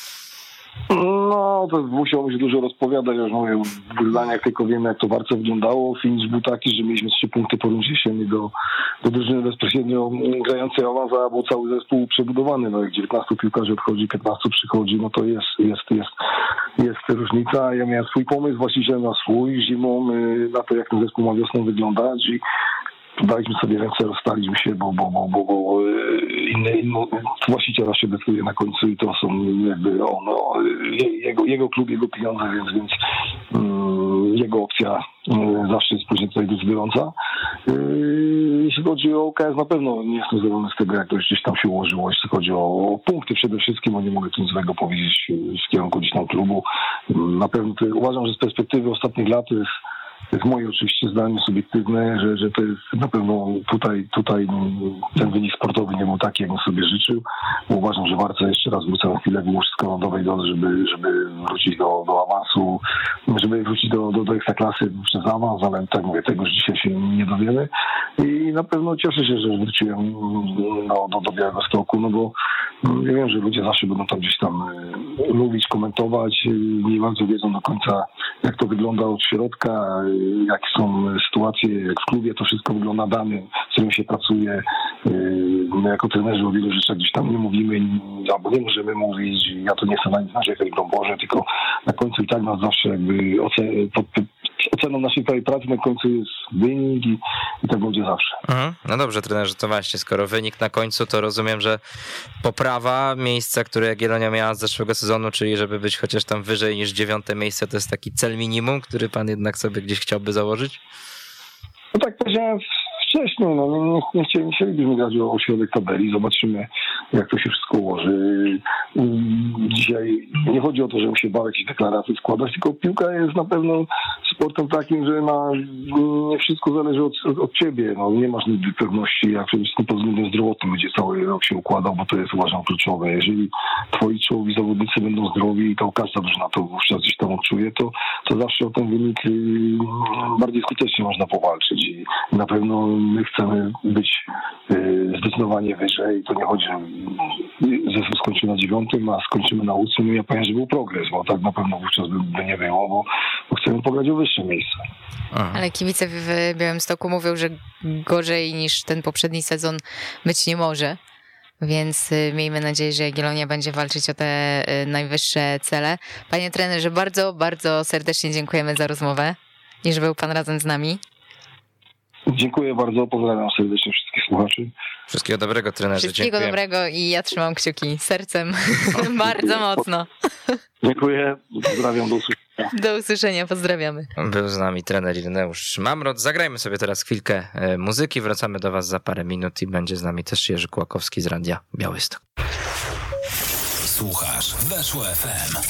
No, to musiało się dużo rozpowiadać, już mówię, w zdaniach tylko wiemy, jak to bardzo wyglądało. Finish był taki, że mieliśmy trzy punkty po rundzie jesiennej do, do drużyny bezpośrednio grającej awans, a był cały zespół przebudowany. No, jak dziewiętnastu piłkarzy odchodzi, piętnastu przychodzi, no to jest, jest, jest, jest różnica. Ja miałem swój pomysł, właściciel na swój, zimą na to, jak ten zespół ma wiosną wyglądać i daliśmy sobie ręce, rozstaliśmy się, bo, bo, bo, bo, bo inny, inny właściciel się decyduje na końcu i to są jakby on, no, jego, jego klub, jego pieniądze, więc, więc um, jego opcja um, zawsze jest później tutaj decydująca. Yy, jeśli chodzi o O K S, na pewno nie jestem zadowolony z tego, jak to gdzieś tam się ułożyło. Jeśli chodzi o, o punkty przede wszystkim, bo nie mogę nic złego powiedzieć w kierunku gdzieś tam klubu. Na pewno to, uważam, że z perspektywy ostatnich lat to jest To jest moje oczywiście zdanie subiektywne, że, że to jest na pewno tutaj, tutaj ten wynik sportowy nie był taki, jak bym sobie życzył. Bo uważam, że warto jeszcze raz wrócę na chwilę Łużycko na nowej drodze, żeby, żeby wrócić do, do awansu, żeby wrócić do, do, do ekstraklasy przez awans, ale tak mówię, tego już dzisiaj się nie dowiemy. I na pewno cieszę się, że wróciłem no, do, do Białegostoku, no bo ja wiem, że ludzie zawsze będą tam gdzieś tam mówić, komentować, nie bardzo wiedzą do końca, jak to wygląda od środka, jakie są sytuacje, jak w klubie to wszystko wygląda, dane, z którym się pracuje. My jako trenerzy o wielu rzeczach gdzieś tam nie mówimy, albo nie możemy mówić. Ja to nie chcę na nic narzekać, broń Boże, tylko na końcu i tak nas zawsze jakby ocen- pod, oceną naszej całej pracy na końcu jest wynik i, i tak będzie zawsze. Mhm. No dobrze, trenerze, to właśnie, skoro wynik na końcu, to rozumiem, że poprawa miejsca, które Jagiellonia miała z zeszłego sezonu, czyli żeby być chociaż tam wyżej niż dziewiąte miejsce, to jest taki cel minimum, który pan jednak sobie gdzieś chciałby założyć? No tak powiedziałem wcześniej, no nie, nie, nie, chcieli, nie chcielibyśmy grać o, o środek tabeli, zobaczymy jak to się wszystko ułoży. Dzisiaj nie chodzi o to, że musi jakieś deklaracje składać, tylko piłka jest na pewno sportem takim, że na, nie wszystko zależy od, od, od ciebie, no nie masz nigdy pewności, jak przede wszystkim pod względem zdrowotnym będzie cały rok się układał, bo to jest uważam kluczowe. Jeżeli twoi czołowi zawodnicy będą zdrowi i to każda drużyna to wówczas gdzieś tam odczuje, to, to zawsze o ten wynik bardziej skutecznie można powalczyć i na pewno my chcemy być zdecydowanie wyżej. To nie chodzi, że zespół skończy na dziewiątym, a skończymy na ósmym. Ja powiem, że był progres, bo tak na pewno wówczas by, by nie było, bo, bo chcemy pograć o wyższe miejsce. Aha. Ale kibice w Białymstoku mówią, że gorzej niż ten poprzedni sezon być nie może. Więc miejmy nadzieję, że Jagiellonia będzie walczyć o te najwyższe cele. Panie trenerze, bardzo, bardzo serdecznie dziękujemy za rozmowę i że był pan razem z nami. Dziękuję bardzo, pozdrawiam serdecznie wszystkich słuchaczy. Wszystkiego dobrego, trenerze. Wszystkiego Dziękuję. dobrego i ja trzymam kciuki sercem bardzo mocno. Dziękuję, pozdrawiam, do usłyszenia. Do usłyszenia, pozdrawiamy. Był z nami trener Ireneusz Mamrot. Zagrajmy sobie teraz chwilkę muzyki, wracamy do was za parę minut i będzie z nami też Jerzy Kłakowski z Radia Białystok. Słuchasz Weszło F M.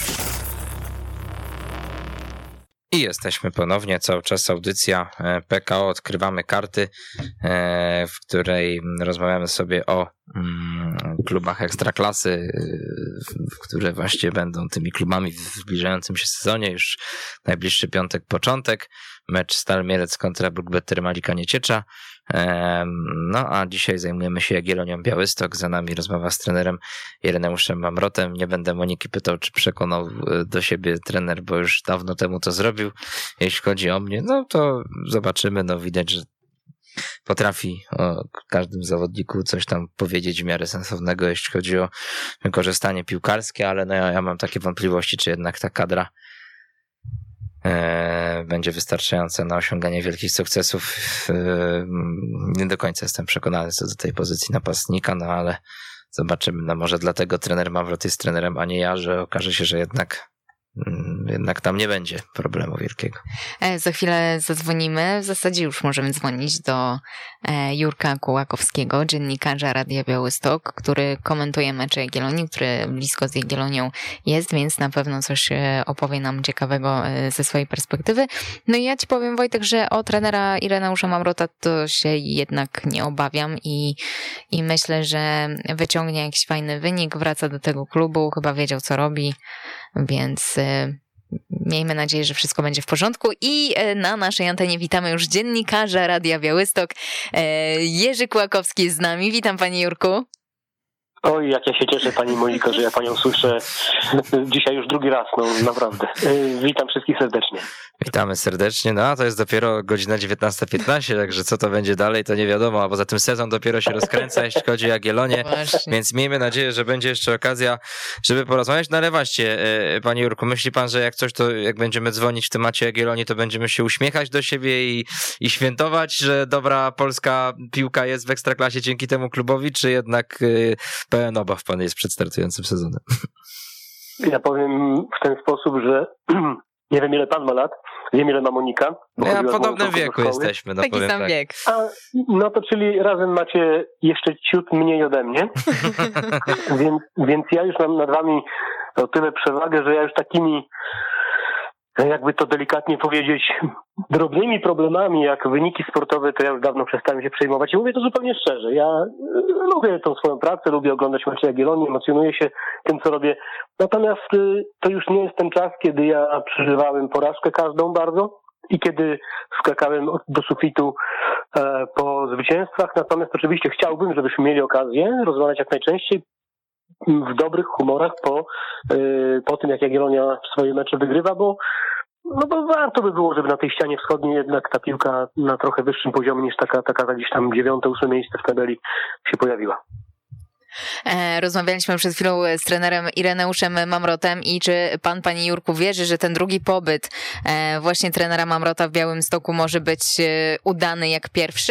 I jesteśmy ponownie, cały czas audycja P K O, odkrywamy karty, w której rozmawiamy sobie o klubach ekstraklasy, które właściwie będą tymi klubami w zbliżającym się sezonie, już najbliższy piątek, początek, mecz Stal Mielec kontra Brookbetter Malika Nieciecza. No a dzisiaj zajmujemy się Jagiellonią Białystok, za nami rozmowa z trenerem Ireneuszem Mamrotem. Nie będę Moniki pytał, czy przekonał do siebie trener, bo już dawno temu to zrobił. Jeśli chodzi o mnie, no to zobaczymy, no widać, że potrafi o każdym zawodniku coś tam powiedzieć w miarę sensownego, jeśli chodzi o wykorzystanie piłkarskie, ale no ja, ja mam takie wątpliwości, czy jednak ta kadra e, będzie wystarczająca na osiąganie wielkich sukcesów. E, nie do końca jestem przekonany co do tej pozycji napastnika, no ale zobaczymy. No może dlatego trener Mamrot jest trenerem, a nie ja, że okaże się, że jednak jednak tam nie będzie problemu wielkiego. Za chwilę zadzwonimy. W zasadzie już możemy dzwonić do Jurka Kułakowskiego, dziennikarza Radia Białystok, który komentuje mecze Jagiellonii, który blisko z Jagiellonią jest, więc na pewno coś opowie nam ciekawego ze swojej perspektywy. No i ja ci powiem, Wojtek, że o trenera Ireneusza Mamrota to się jednak nie obawiam i, i myślę, że wyciągnie jakiś fajny wynik, wraca do tego klubu, chyba wiedział co robi, więc miejmy nadzieję, że wszystko będzie w porządku i na naszej antenie witamy już dziennikarza Radia Białystok. Jerzy Kłakowski jest z nami. Witam panie Jurku. Oj, jak ja się cieszę pani Moniko, że ja panią słyszę dzisiaj już drugi raz, no naprawdę. Witam wszystkich serdecznie. Witamy serdecznie, no a to jest dopiero godzina dziewiętnasta piętnaście, także co to będzie dalej, to nie wiadomo, a poza tym sezon dopiero się rozkręca, jeśli chodzi o Jagiellonię, Właśnie. Więc miejmy nadzieję, że będzie jeszcze okazja, żeby porozmawiać. No ale właśnie, panie Jurku, myśli pan, że jak coś, to jak będziemy dzwonić w temacie Jagiellonii, to będziemy się uśmiechać do siebie i, i świętować, że dobra polska piłka jest w Ekstraklasie dzięki temu klubowi, czy jednak pełen obaw pan jest przed startującym sezonem? Ja powiem w ten sposób, że nie wiem ile pan ma lat, wiem ile ma Monika. Ja w podobnym wieku jesteśmy, no Taki powiem sam tak. wiek. A, no to czyli razem macie jeszcze ciut mniej ode mnie, więc, więc ja już mam nad wami o tyle przewagę, że ja już takimi, jakby to delikatnie powiedzieć, drobnymi problemami, jak wyniki sportowe, to ja już dawno przestałem się przejmować. I mówię to zupełnie szczerze. Ja lubię tą swoją pracę, lubię oglądać mecze Jagiellonii, emocjonuję się tym, co robię. Natomiast to już nie jest ten czas, kiedy ja przeżywałem porażkę każdą bardzo i kiedy skakałem do sufitu po zwycięstwach. Natomiast oczywiście chciałbym, żebyśmy mieli okazję rozmawiać jak najczęściej w dobrych humorach po, po tym, jak Jagiellonia swoje mecze wygrywa, bo no bo warto by było, żeby na tej ścianie wschodniej jednak ta piłka na trochę wyższym poziomie niż taka, taka gdzieś tam dziewiąte, ósme miejsce w tabeli się pojawiła. Rozmawialiśmy przed chwilą z trenerem Ireneuszem Mamrotem i czy pan, panie Jurku, wierzy, że ten drugi pobyt właśnie trenera Mamrota w Białymstoku może być udany jak pierwszy?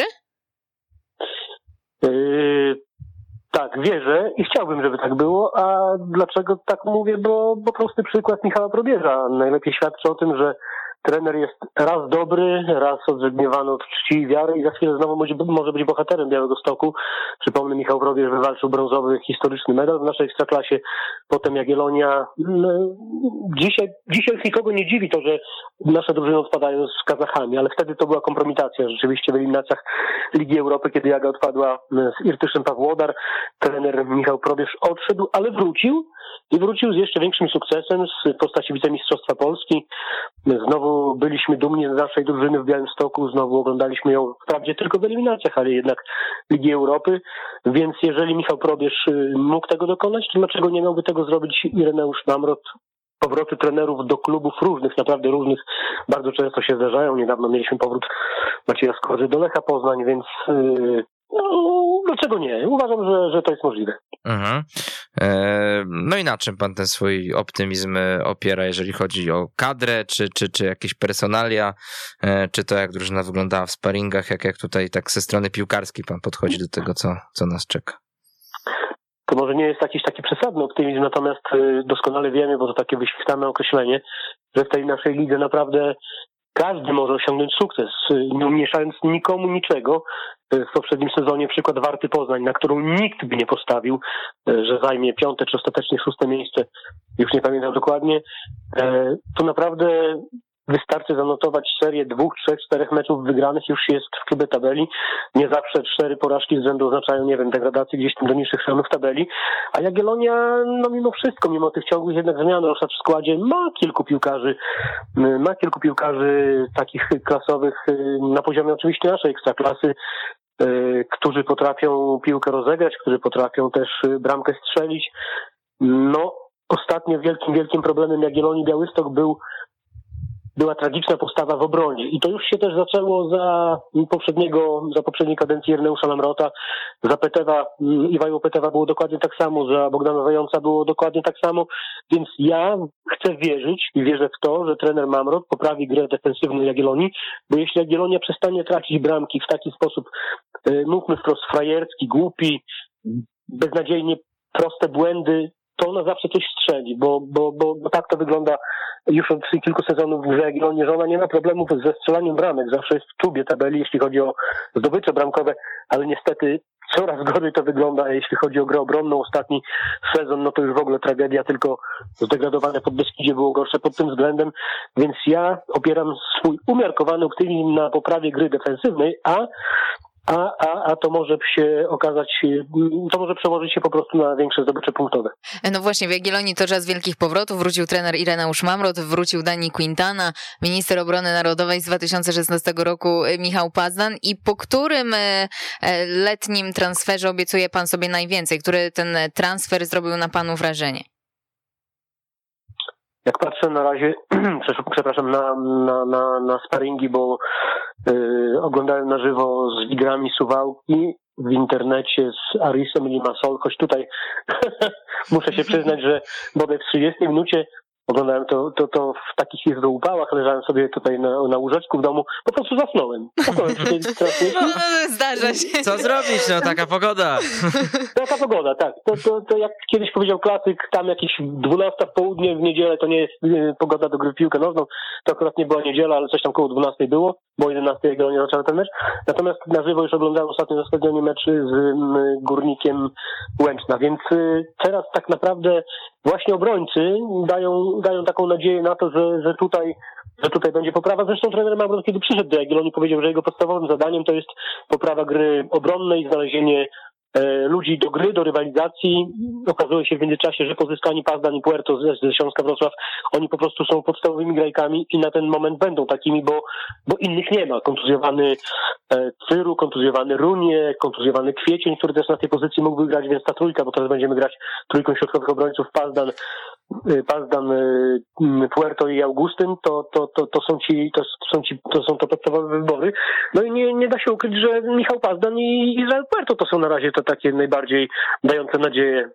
Yy, tak, wierzę i chciałbym, żeby tak było. A dlaczego tak mówię? Bo, bo prosty przykład Michała Probierza najlepiej świadczy o tym, że trener jest raz dobry, raz odżegniewany od czci i wiary i za chwilę znowu może, może być bohaterem Białegostoku. Przypomnę, Michał Probierz wywalczył brązowy historyczny medal w naszej ekstraklasie, potem Jagiellonia. No, dzisiaj, dzisiaj już nikogo nie dziwi to, że nasze drużyny odpadają z Kazachami, ale wtedy to była kompromitacja rzeczywiście w eliminacjach Ligi Europy, kiedy Jaga odpadła z Irtyszem Pawłodar. Trener Michał Probierz odszedł, ale wrócił i wrócił z jeszcze większym sukcesem w postaci wicemistrzostwa Polski. Znowu byliśmy dumni z naszej drużyny w Białymstoku, znowu oglądaliśmy ją wprawdzie tylko w eliminacjach, ale jednak Ligi Europy, więc jeżeli Michał Probierz mógł tego dokonać, to dlaczego nie miałby tego zrobić Ireneusz Mamrot? Powroty trenerów do klubów różnych, naprawdę różnych, bardzo często się zdarzają. Niedawno mieliśmy powrót Macieja Skorży do Lecha Poznań, więc yy, no, dlaczego nie? Uważam, że, że to jest możliwe. Mhm. No i na czym pan ten swój optymizm opiera, jeżeli chodzi o kadrę, czy, czy, czy jakieś personalia, czy to jak drużyna wyglądała w sparingach, jak, jak tutaj tak ze strony piłkarskiej pan podchodzi do tego, co, co nas czeka? To może nie jest jakiś taki przesadny optymizm, natomiast doskonale wiemy, bo to takie wyświetlane określenie, że w tej naszej lidze naprawdę każdy może osiągnąć sukces, nie umniejszając nikomu niczego. W poprzednim sezonie przykład Warty Poznań, na którą nikt by nie postawił, że zajmie piąte czy ostatecznie szóste miejsce, już nie pamiętam dokładnie. Tu naprawdę wystarczy zanotować serię dwóch, trzech, czterech meczów wygranych, już jest w klubie tabeli. Nie zawsze cztery porażki z rzędu oznaczają, nie wiem, degradację gdzieś tam do niższych stronów tabeli. A Jagiellonia, no mimo wszystko, mimo tych ciągłych jednak zmian w składzie, ma kilku piłkarzy, ma kilku piłkarzy takich klasowych na poziomie oczywiście naszej ekstraklasy, którzy potrafią piłkę rozegrać, którzy potrafią też bramkę strzelić. No, ostatnio wielkim, wielkim problemem Jagiellonii Białystok był była tragiczna postawa w obronie. I to już się też zaczęło za poprzedniego, za poprzedniej kadencji Ireneusza Mamrota. Za Petewa, Iwajło Petewa było dokładnie tak samo, za Bogdana Zająca było dokładnie tak samo. Więc ja chcę wierzyć i wierzę w to, że trener Mamrot poprawi grę defensywną Jagiellonii, bo jeśli Jagiellonia przestanie tracić bramki w taki sposób, mówmy wprost, frajerski, głupi, beznadziejnie proste błędy, to ona zawsze coś strzeli, bo, bo, bo, bo tak to wygląda już od kilku sezonów w Jagiellonii, że ona nie ma problemów ze strzelaniem bramek, zawsze jest w czubie tabeli, jeśli chodzi o zdobycze bramkowe, ale niestety coraz gorzej to wygląda, jeśli chodzi o grę obronną. Ostatni sezon, no to już w ogóle tragedia, tylko zdegradowane Podbeskidzie było gorsze pod tym względem, więc ja opieram swój umiarkowany optymizm na poprawie gry defensywnej, a A, a, a to może się okazać, to może przełożyć się po prostu na większe zdobycze punktowe. No właśnie, w Jagiellonii to czas wielkich powrotów. Wrócił trener Ireneusz Mamrot, wrócił Dani Quintana, minister obrony narodowej z dwa tysiące szesnastego roku Michał Pazdan. I po którym letnim transferze obiecuje pan sobie najwięcej? Który ten transfer zrobił na panu wrażenie? Jak patrzę na razie, przepraszam, na, na, na, na sparingi, bo yy, oglądałem na żywo z Wigrami Suwałki w internecie z Arisem Limassol, choć tutaj muszę się przyznać, że bodaj w trzydziestej minucie oglądałem to, to, to w takich jego upałach, leżałem sobie tutaj na, na łóżeczku w domu, po prostu zasnąłem. zasnąłem no, zdarza się. Co zrobić, no taka pogoda. Taka pogoda, tak. To, to, to jak kiedyś powiedział klasyk, tam jakieś dwunasta w południe w niedzielę, to nie jest y, pogoda do gry w piłkę nożną. To akurat nie była niedziela, ale coś tam koło dwunastej było, bo o jedenastej Jagiellonia zaczęła ten mecz. Natomiast na żywo już oglądałem ostatnio na stadionie mecz z y, Górnikiem Łęczna, więc y, teraz tak naprawdę właśnie obrońcy dają, dają taką nadzieję na to, że, że tutaj że tutaj będzie poprawa. Zresztą trener Mamrot, kiedy przyszedł do Jagiellonii, powiedział, że jego podstawowym zadaniem to jest poprawa gry obronnej, znalezienie e, ludzi do gry, do rywalizacji. Okazuje się w międzyczasie, że pozyskani Pazdan i Puerto ze, ze Śląska Wrocław, oni po prostu są podstawowymi grajkami i na ten moment będą takimi, bo, bo innych nie ma. Kontuzjowany e, Cyru, kontuzjowany Runie, kontuzjowany Kwiecień, który też na tej pozycji mógłby grać, więc ta trójka, bo teraz będziemy grać trójką środkowych obrońców, Pazdan, Pazdan, Puerto i Augustyn, to, to, to, to są ci, to są ci, to są to podstawowe wybory. No i nie, nie da się ukryć, że Michał Pazdan i Izrael Puerto to są na razie te, takie najbardziej dające nadzieję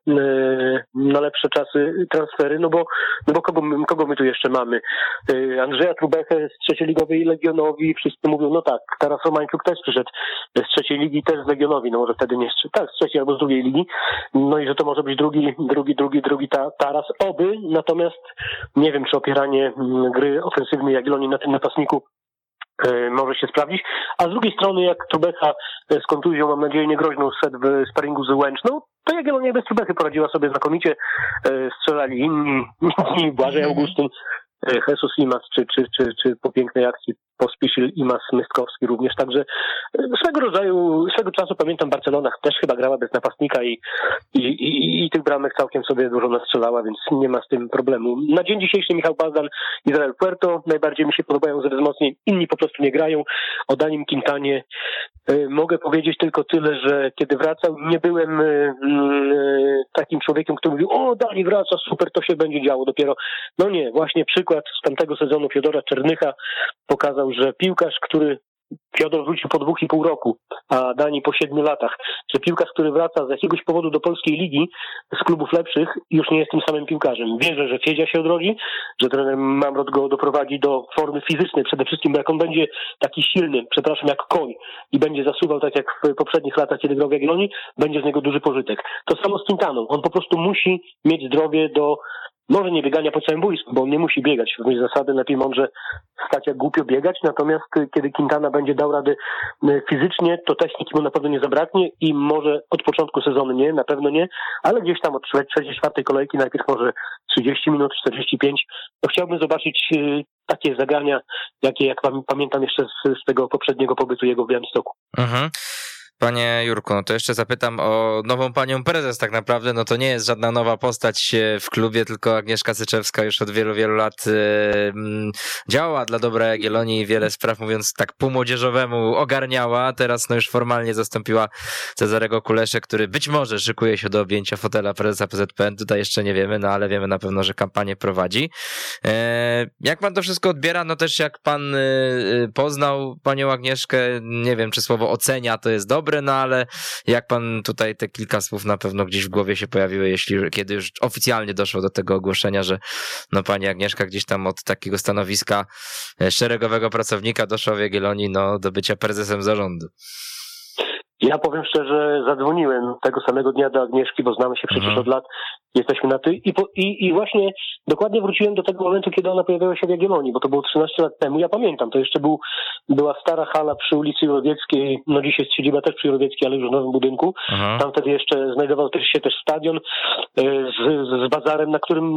na lepsze czasy transfery, no bo, no bo kogo, my, kogo my tu jeszcze mamy? Andrzeja Trubechę z trzeciej ligowej Legionowi, wszyscy mówią, no tak, Taras Romańczuk też przyszedł z trzeciej ligi, też z Legionowi, no może wtedy nie z, tak, z trzeciej albo z drugiej ligi, no i że to może być drugi, drugi, drugi, drugi ta, Taras, oby, natomiast nie wiem, czy opieranie gry ofensywnej Jagiellonii na tym napastniku może się sprawdzić, a z drugiej strony jak Trubecha z kontuzją, mam nadzieję niegroźną, szedł w sparingu z Łęczną, to Jagiellonia bez Trubechy poradziła sobie znakomicie, strzelali inni, inni Błażej Augustyn, Jesus Imas, czy, czy, czy, czy po pięknej akcji Pospisil Imas Mystkowski również, także swego rodzaju, swego czasu pamiętam Barcelona też chyba grała bez napastnika i, i, i, i tych bramek całkiem sobie dużo nastrzelała, więc nie ma z tym problemu. Na dzień dzisiejszy Michał Pazdan, Izrael Puerto, najbardziej mi się podobają ze wzmocnień, inni po prostu nie grają. O Danim Quintanie y, mogę powiedzieć tylko tyle, że kiedy wracał, nie byłem y, y, takim człowiekiem, który mówił, o Dani wraca, super, to się będzie działo dopiero. No nie, właśnie przykład z tamtego sezonu Fiodora Czernycha pokazał, że piłkarz, który Fiodor wrócił po dwóch i pół roku, a Dani po siedmiu latach, że piłkarz, który wraca z jakiegoś powodu do polskiej ligi, z klubów lepszych, już nie jest tym samym piłkarzem. Wierzę, że Fiedzia się odrodzi, że trener Mamrot go doprowadzi do formy fizycznej przede wszystkim, bo jak on będzie taki silny, przepraszam, jak koń i będzie zasuwał tak jak w poprzednich latach, kiedy grał w Jagiellonii, będzie z niego duży pożytek. To samo z Quintaną. On po prostu musi mieć zdrowie do może nie biegania po całym boisku, bo on nie musi biegać. W zasady lepiej mądrze stać jak głupio biegać, natomiast kiedy Quintana będzie dał radę fizycznie, to techniki mu na pewno nie zabraknie i może od początku sezonu nie, na pewno nie, ale gdzieś tam od trzeciej, czwartej kolejki, najpierw może trzydzieści minut, czterdzieści pięć, to chciałbym zobaczyć takie zagrania, jakie jak pamiętam jeszcze z, z tego poprzedniego pobytu jego w Białymstoku. Mhm. Panie Jurku, no to jeszcze zapytam o nową panią prezes tak naprawdę, no to nie jest żadna nowa postać w klubie, tylko Agnieszka Syczewska już od wielu, wielu lat yy, działa dla dobra Jagiellonii i wiele spraw, mówiąc tak po młodzieżowemu, ogarniała. Teraz no już formalnie zastąpiła Cezarego Kuleszę, który być może szykuje się do objęcia fotela prezesa P Z P N. Tutaj jeszcze nie wiemy, no ale wiemy na pewno, że kampanię prowadzi. Yy, jak pan to wszystko odbiera? No też jak pan yy, poznał panią Agnieszkę, nie wiem, czy słowo ocenia to jest dobre, no ale jak pan tutaj te kilka słów na pewno gdzieś w głowie się pojawiły, jeśli kiedy już oficjalnie doszło do tego ogłoszenia, że no pani Agnieszka gdzieś tam od takiego stanowiska szeregowego pracownika doszła w Jagiellonii no do bycia prezesem zarządu. Ja powiem szczerze, zadzwoniłem tego samego dnia do Agnieszki, bo znamy się przecież mhm. od lat, jesteśmy na ty i, po, i, i właśnie dokładnie wróciłem do tego momentu, kiedy ona pojawiła się w Jagiellonii, bo to było trzynaście lat temu, ja pamiętam, to jeszcze był, była stara hala przy ulicy Jorowieckiej, no dzisiaj jest siedziba też przy Jorowieckiej, ale już w nowym budynku, mhm. tam wtedy jeszcze znajdował też się też stadion z, z, z bazarem, na którym,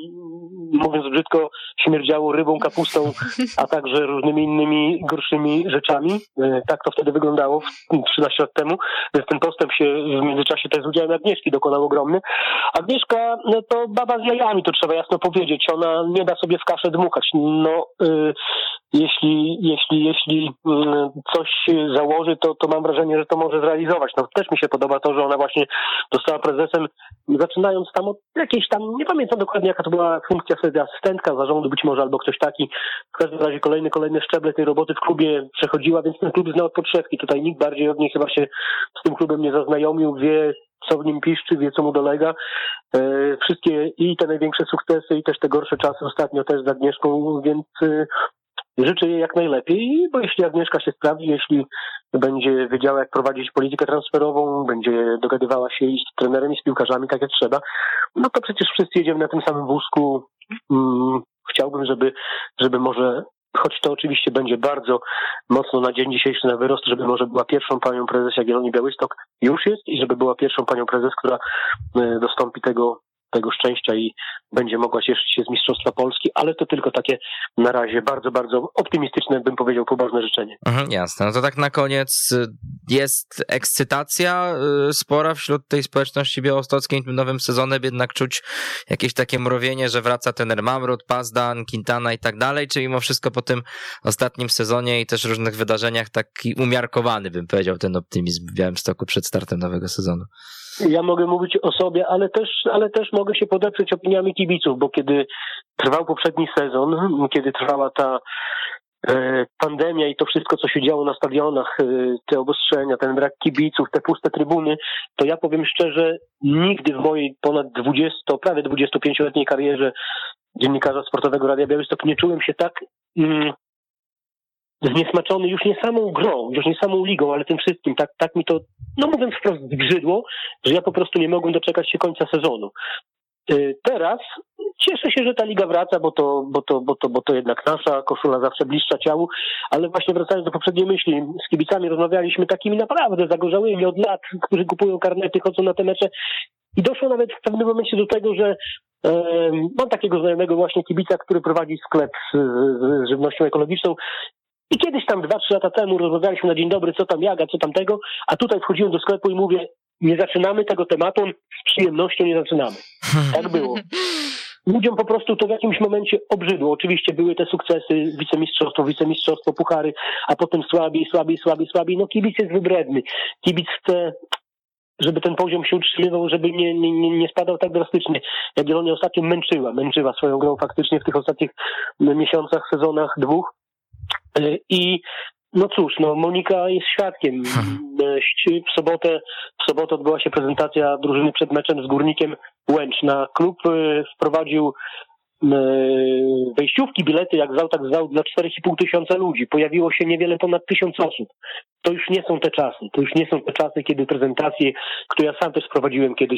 mówiąc brzydko, śmierdziało rybą, kapustą, a także różnymi innymi gorszymi rzeczami. Tak to wtedy wyglądało trzynaście lat temu, więc ten postęp się w międzyczasie też z udziałem Agnieszki dokonał ogromny. Agnieszka, no to baba z jajami, to trzeba jasno powiedzieć. Ona nie da sobie w kaszę dmuchać. No, y, jeśli, jeśli, jeśli y, coś założy, to, to mam wrażenie, że to może zrealizować. No też mi się podoba to, że ona właśnie została prezesem, zaczynając tam od jakiejś tam, nie pamiętam dokładnie jaka to była funkcja wtedy, asystentka zarządu być może, albo ktoś taki. W każdym razie kolejne, kolejne szczeble tej roboty w klubie przechodziła, więc ten klub znał od podszewki. Tutaj nikt bardziej od niej chyba się z tym klubem nie zaznajomił, wie co w nim piszczy, wie co mu dolega. E, wszystkie i te największe sukcesy i też te gorsze czasy ostatnio też z Agnieszką, więc e, życzę jej jak najlepiej, bo jeśli Agnieszka się sprawdzi, jeśli będzie wiedziała jak prowadzić politykę transferową, będzie dogadywała się i z trenerem i z piłkarzami tak jak trzeba, no to przecież wszyscy jedziemy na tym samym wózku. Hmm, chciałbym, żeby, żeby może, choć to oczywiście będzie bardzo mocno na dzień dzisiejszy na wyrost, żeby może była pierwszą panią prezes Jagiellonii Białystok, już jest, i żeby była pierwszą panią prezes, która dostąpi tego tego szczęścia i będzie mogła cieszyć się z Mistrzostwa Polski, ale to tylko takie na razie bardzo, bardzo optymistyczne, bym powiedział, pobożne życzenie. Mhm, jasne. No to tak na koniec, jest ekscytacja spora wśród tej społeczności białostockiej w tym nowym sezonie, jednak czuć jakieś takie mrowienie, że wraca trener Mamrot, Pazdan, Quintana i tak dalej, czy mimo wszystko po tym ostatnim sezonie i też różnych wydarzeniach taki umiarkowany, bym powiedział, ten optymizm w Białymstoku przed startem nowego sezonu? Ja mogę mówić o sobie, ale też, ale też mogę się podeprzeć opiniami kibiców, bo kiedy trwał poprzedni sezon, kiedy trwała ta pandemia i to wszystko, co się działo na stadionach, te obostrzenia, ten brak kibiców, te puste trybuny, to ja powiem szczerze, nigdy w mojej ponad dwudziesto, prawie dwudziestopięcioletniej karierze dziennikarza sportowego Radia Białystok nie czułem się tak mm, zniesmaczony już nie samą grą, już nie samą ligą, ale tym wszystkim. Tak, tak mi to, no mówiąc wprost, zbrzydło, że ja po prostu nie mogłem doczekać się końca sezonu. Teraz cieszę się, że ta liga wraca, bo to, bo to, bo to, bo to jednak nasza koszula zawsze bliższa ciału, ale właśnie wracając do poprzedniej myśli, z kibicami rozmawialiśmy takimi naprawdę zagorzałymi od lat, którzy kupują karnety, chodzą na te mecze i doszło nawet w pewnym momencie do tego, że e, mam takiego znajomego właśnie kibica, który prowadzi sklep z, z żywnością ekologiczną. I kiedyś tam dwa, trzy lata temu rozmawialiśmy na dzień dobry, co tam jaga, co tam tego, a tutaj wchodziłem do sklepu i mówię, nie zaczynamy tego tematu, z przyjemnością nie zaczynamy. Tak było. Ludziom po prostu to w jakimś momencie obrzydło. Oczywiście były te sukcesy, wicemistrzostwo, wicemistrzostwo, puchary, a potem słabiej, słabiej, słabiej, słabiej. No kibic jest wybredny. Kibic chce, żeby ten poziom się utrzymywał, żeby nie, nie, nie spadał tak drastycznie. Jagiellonia ostatnio męczyła, męczyła swoją grą faktycznie w tych ostatnich miesiącach, sezonach dwóch. I no cóż, no Monika jest świadkiem. W sobotę, w sobotę odbyła się prezentacja drużyny przed meczem z Górnikiem Łęcz. Na klub wprowadził wejściówki, bilety, jak zwał, tak zwał, dla czterech i pół tysiąca ludzi. Pojawiło się niewiele ponad tysiąc osób. To już nie są te czasy. To już nie są te czasy, kiedy prezentacje, które ja sam też prowadziłem kiedyś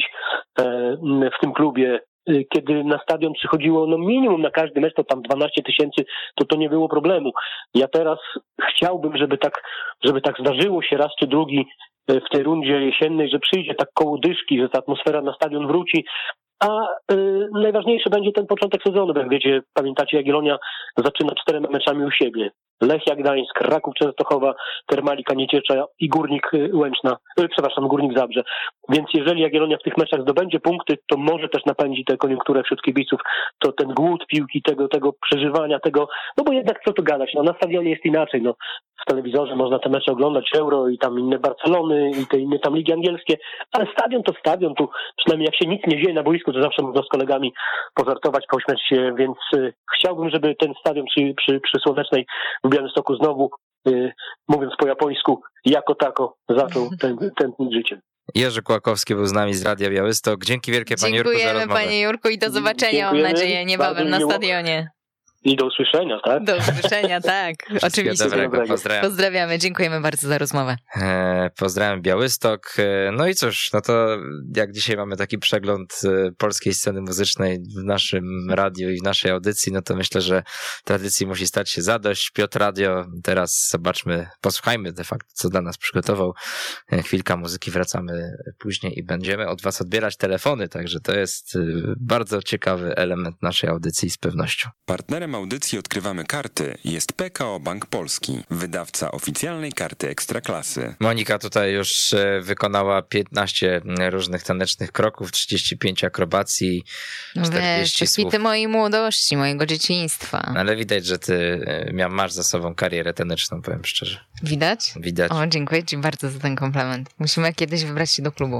w tym klubie, kiedy na stadion przychodziło no minimum na każdy mecz, to tam dwanaście tysięcy, to to nie było problemu. Ja teraz chciałbym, żeby tak, żeby tak zdarzyło się raz czy drugi w tej rundzie jesiennej, że przyjdzie tak koło dyszki, że ta atmosfera na stadion wróci, a y, najważniejszy będzie ten początek sezonu, bo jak wiecie, pamiętacie, Jagiellonia zaczyna czterema meczami u siebie. Lechia Gdańsk, Raków Częstochowa, Termalika Nieciecza i Górnik Łęczna, y, przepraszam, Górnik Zabrze. Więc jeżeli Jagiellonia w tych meczach zdobędzie punkty, to może też napędzi tę koniunkturę wśród kibiców, to ten głód piłki, tego, tego przeżywania, tego, no bo jednak co tu gadać, no na stadionie jest inaczej, no w telewizorze można te mecze oglądać, Euro i tam inne Barcelony i te inne tam ligi angielskie, ale stadion to stadion, tu przynajmniej jak się nic nie dzieje na boisku, to zawsze można z kolegami pożartować, pośmiać się, więc y, chciałbym, żeby ten stadion przy, przy, przy Słonecznej w Białymstoku znowu, y, mówiąc po japońsku, jako tako zaczął tętnić życiem. Jerzy Kłakowski był z nami z Radia Białystok. Dzięki wielkie, panie Jurku, za rozmowę. Dziękujemy, panie Jurku, i do zobaczenia, Dziękujemy. mam nadzieję, niebawem na stadionie. I do usłyszenia, tak? Do usłyszenia, tak. Oczywiście. Dobrego. Pozdrawiam. Pozdrawiamy, dziękujemy bardzo za rozmowę. E, pozdrawiam Białystok. E, no i cóż, no to jak dzisiaj mamy taki przegląd e, polskiej sceny muzycznej w naszym radiu i w naszej audycji, no to myślę, że tradycji musi stać się zadość. Piotr Radio, teraz zobaczmy, posłuchajmy de facto, co dla nas przygotował. E, chwilka muzyki, wracamy później i będziemy od was odbierać telefony, także to jest e, bardzo ciekawy element naszej audycji z pewnością. Partnerem audycji Odkrywamy Karty jest P K O Bank Polski, wydawca oficjalnej karty Ekstraklasy. Monika tutaj już wykonała piętnaście różnych tanecznych kroków, trzydzieści pięć akrobacji, czterdzieści Weź, słów. kwity mojej młodości, mojego dzieciństwa. Ale widać, że ty miał, masz za sobą karierę taneczną, powiem szczerze. Widać? Widać. O, dziękuję ci bardzo za ten komplement. Musimy kiedyś wybrać się do klubu.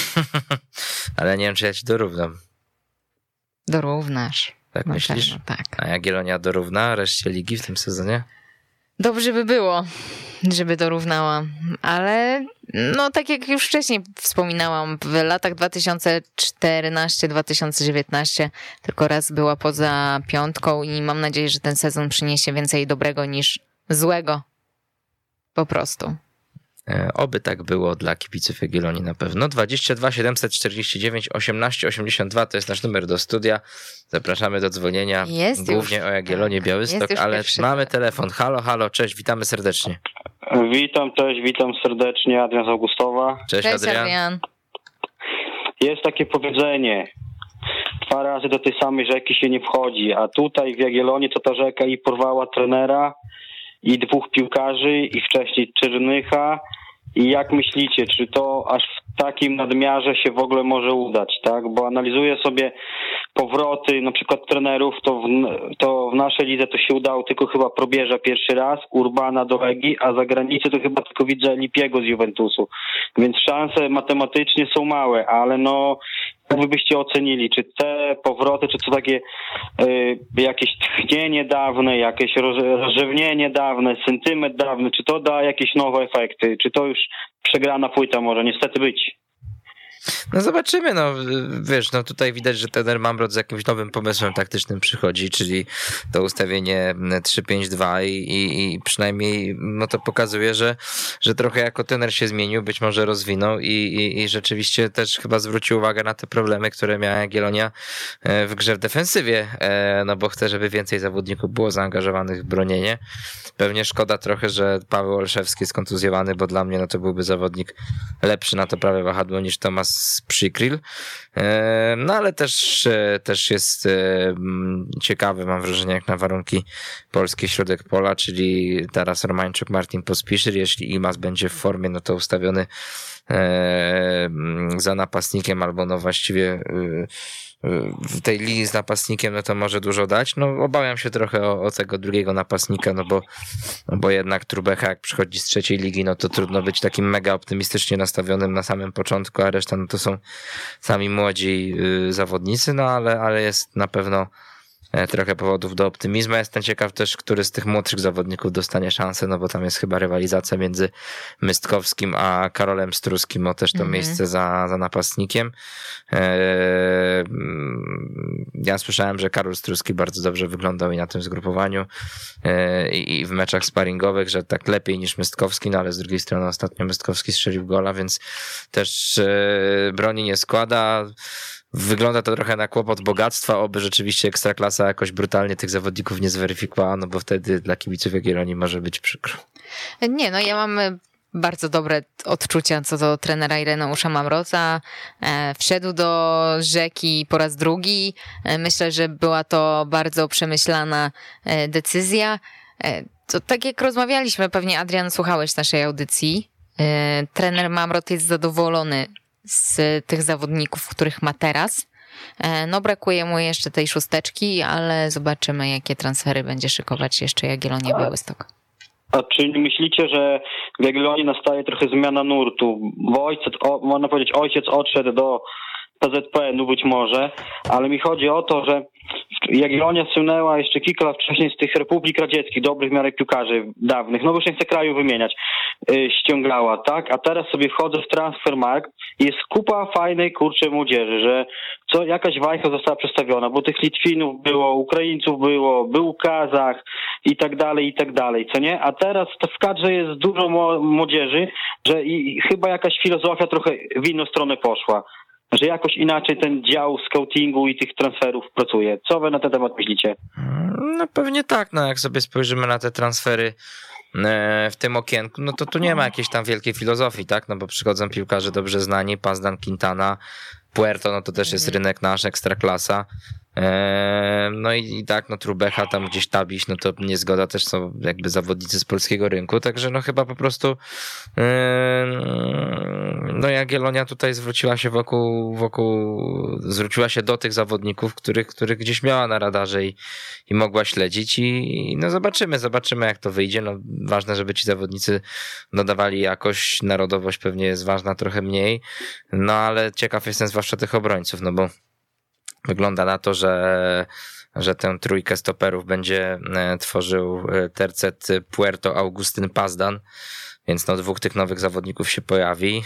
Ale nie wiem, czy ja ci dorównam. Dorównasz. Tak Na myślisz? pewno, tak. A Jagiellonia dorówna reszcie ligi w tym sezonie? Dobrze by było, żeby dorównała, ale no tak jak już wcześniej wspominałam, w latach dwa tysiące czternaście dwa tysiące dziewiętnaście tylko raz była poza piątką i mam nadzieję, że ten sezon przyniesie więcej dobrego niż złego. Po prostu. E, oby tak było dla kibiców Jagiellonii na pewno. dwadzieścia dwa siedemset czterdzieści dziewięć osiemnaście osiemdziesiąt dwa to jest nasz numer do studia. Zapraszamy do dzwonienia Jest głównie już, o Jagiellonię tak, Białystok, ale mamy telefon. Halo, halo, cześć, witamy serdecznie. Witam, cześć, witam serdecznie, Adrian z Augustowa. Cześć, Cześć Adrian. Adrian. Jest takie powiedzenie, dwa razy do tej samej rzeki się nie wchodzi, a tutaj w Jagiellonii to ta rzeka i porwała trenera, i dwóch piłkarzy, i wcześniej Czernycha. I jak myślicie, czy to aż w takim nadmiarze się w ogóle może udać, tak? Bo analizuję sobie powroty na przykład trenerów, to w, to w naszej lidze to się udało tylko chyba Probierza pierwszy raz, Urbana do Legii, a za granicę to chyba tylko widzę Lipiego z Juventusu. Więc szanse matematycznie są małe, ale no Jak wy byście ocenili, czy te powroty, czy to takie y, jakieś tchnienie dawne, jakieś rozrzewnienie dawne, sentyment dawny, czy to da jakieś nowe efekty, czy to już przegrana płyta może niestety być? No zobaczymy, no wiesz, no tutaj widać, że trener Mamrot z jakimś nowym pomysłem taktycznym przychodzi, czyli to ustawienie trzy pięć dwa i, i, i przynajmniej no to pokazuje, że, że trochę jako trener się zmienił, być może rozwinął i, i, i rzeczywiście też chyba zwrócił uwagę na te problemy, które miała Jagiellonia w grze w defensywie, no bo chce, żeby więcej zawodników było zaangażowanych w bronienie. Pewnie szkoda trochę, że Paweł Olszewski jest kontuzjowany, bo dla mnie no to byłby zawodnik lepszy na to prawe wahadło niż Tomasz Przykryl. No ale też, też jest ciekawy, mam wrażenie, jak na warunki polskie środek pola, czyli Taras Romańczuk, Martin Pospiszil. Jeśli Imas będzie w formie, no to ustawiony za napastnikiem albo no właściwie w tej linii z napastnikiem, no to może dużo dać. No obawiam się trochę o, o tego drugiego napastnika, no bo, no bo jednak Trubecha jak przychodzi z trzeciej ligi, no to trudno być takim mega optymistycznie nastawionym na samym początku, a reszta no to są sami młodzi y, zawodnicy, no ale, ale jest na pewno trochę powodów do optymizmu. Jestem ciekaw też, który z tych młodszych zawodników dostanie szansę, no bo tam jest chyba rywalizacja między Mystkowskim a Karolem Struskim o też to mm-hmm. miejsce za, za napastnikiem. Ja słyszałem, że Karol Struski bardzo dobrze wyglądał i na tym zgrupowaniu i w meczach sparingowych, że tak lepiej niż Mystkowski, no ale z drugiej strony ostatnio Mystkowski strzelił gola, więc też broni nie składa. Wygląda to trochę na kłopot bogactwa, oby rzeczywiście Ekstraklasa jakoś brutalnie tych zawodników nie zweryfikowała, no bo wtedy dla kibiców Jagiellonii może być przykro. Nie, no ja mam bardzo dobre odczucia co do trenera Ireneusza Mamrota. Wszedł do Rzeki po raz drugi. Myślę, że była to bardzo przemyślana decyzja. To tak jak rozmawialiśmy, pewnie Adrian słuchałeś naszej audycji, trener Mamrot jest zadowolony z tych zawodników, których ma teraz. No brakuje mu jeszcze tej szósteczki, ale zobaczymy, jakie transfery będzie szykować jeszcze Jagiellonia Białystok. A czy myślicie, że w Jagiellonii nastaje trochę zmiana nurtu? Bo ojciec, o, można powiedzieć, ojciec odszedł do P Z P N u być może, ale mi chodzi o to, że Jagiellonia słynęła jeszcze kilka lat wcześniej z tych republik radzieckich, dobrych w miarę piłkarzy dawnych, no bo już nie chcę kraju wymieniać, yy, ściągała, tak? A teraz sobie wchodzę w Transfermarkt i jest kupa fajnej, kurczę, młodzieży, że co jakaś wajcha została przedstawiona, bo tych Litwinów było, Ukraińców było, był Kazach i tak dalej, i tak dalej, co nie? A teraz to w kadrze jest dużo młodzieży, że i, i chyba jakaś filozofia trochę w inną stronę poszła. Że jakoś inaczej ten dział scoutingu i tych transferów pracuje. Co wy na ten temat myślicie? No pewnie tak, no jak sobie spojrzymy na te transfery w tym okienku, no to tu nie ma jakiejś tam wielkiej filozofii, tak? No bo przychodzą piłkarze dobrze znani, Pazdan, Quintana, Puerto, no to też jest rynek nasz, Ekstraklasa. No i, i tak, no Trubecha, tam gdzieś Tabiś, no to niezgoda, też są jakby zawodnicy z polskiego rynku, także no chyba po prostu no Jagiellonia tutaj zwróciła się wokół, wokół zwróciła się do tych zawodników, których, których gdzieś miała na radarze i, i mogła śledzić i no zobaczymy, zobaczymy jak to wyjdzie, no ważne, żeby ci zawodnicy dodawali jakość, narodowość pewnie jest ważna trochę mniej, no ale ciekaw jestem zwłaszcza tych obrońców, no bo wygląda na to, że, że tę trójkę stoperów będzie tworzył tercet Puerto, Augustyn, Pazdan, więc no dwóch tych nowych zawodników się pojawi.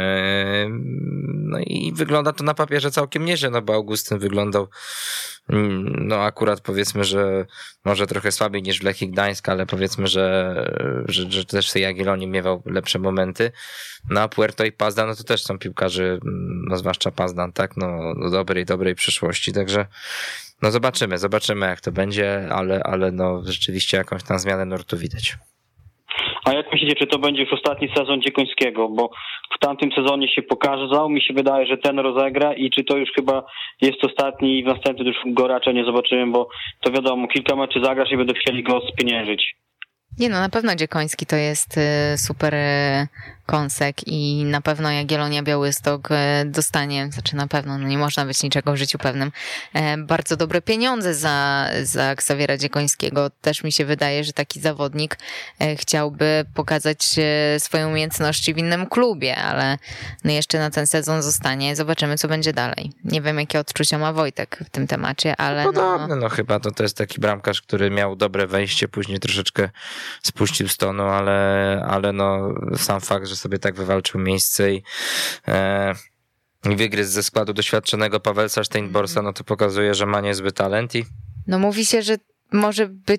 No i wygląda to na papierze całkiem nieźle, no bo Augustyn wyglądał no akurat powiedzmy, że może trochę słabiej niż w Lechii Gdańsk, ale powiedzmy, że, że, że też w tej Jagiellonii miewał lepsze momenty. No a Puerto i Pazdan, no to też są piłkarzy, no zwłaszcza Pazdan, tak, no do dobrej, dobrej przyszłości, także no zobaczymy, zobaczymy jak to będzie, ale, ale no rzeczywiście jakąś tam zmianę nurtu widać. A jak myślicie, czy to będzie już ostatni sezon Dziekońskiego? Bo w tamtym sezonie się pokazał, mi się wydaje, że ten rozegra i czy to już chyba jest ostatni i w następnym już go raczej nie zobaczymy, bo to wiadomo, kilka meczy zagrasz i będą chcieli go spieniężyć. Nie no, na pewno Dziekoński to jest super kąsek i na pewno Jagiellonia Białystok dostanie, znaczy na pewno, no nie można być niczego w życiu pewnym, bardzo dobre pieniądze za, za Ksawiera Dziekońskiego. Też mi się wydaje, że taki zawodnik chciałby pokazać swoje umiejętności w innym klubie, ale no jeszcze na ten sezon zostanie. Zobaczymy, co będzie dalej. Nie wiem, jakie odczucia ma Wojtek w tym temacie, ale Podobne, no... no chyba to, to jest taki bramkarz, który miał dobre wejście, później troszeczkę spuścił z tonu, ale, ale no sam fakt, że sobie tak wywalczył miejsce i e, wygryzł ze składu doświadczonego Pawelsa Steinborsa, no to pokazuje, że ma niezły talent i... No mówi się, że może być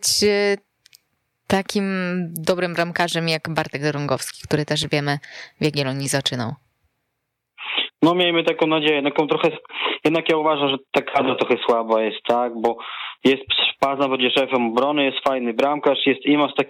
takim dobrym bramkarzem jak Bartek Dorągowski, który też wiemy w Jagiellonii zaczynał. No miejmy taką nadzieję, taką trochę, jednak ja uważam, że ta kadra trochę słaba jest, tak, bo jest Pazna, będzie szefem obrony, jest fajny bramkarz, jest Imas, tak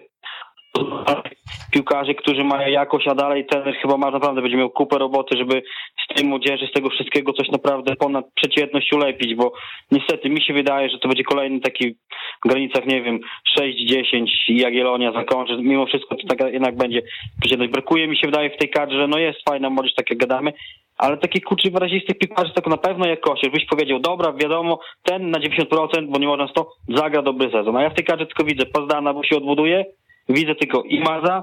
piłkarzy, którzy mają jakość, a dalej trener chyba ma naprawdę będzie miał kupę roboty, żeby z tej młodzieży, z tego wszystkiego coś naprawdę ponad przeciętność ulepić, bo niestety mi się wydaje, że to będzie kolejny taki w granicach, nie wiem, sześć dziesięć i Jagiellonia zakończy. Mimo wszystko to tak jednak będzie przeciętność. Brakuje mi się wydaje w tej kadrze, no jest fajna młodzież, tak jak gadamy, ale takich kurczych wyrazistych piłkarzy tak na pewno jak Kosier. Byś powiedział, dobra, wiadomo, ten na dziewięćdziesiąt procent, bo nie można sto, zagra dobry sezon. A ja w tej kadrze tylko widzę Pazdana, bo się odbuduje, widzę tylko Imaza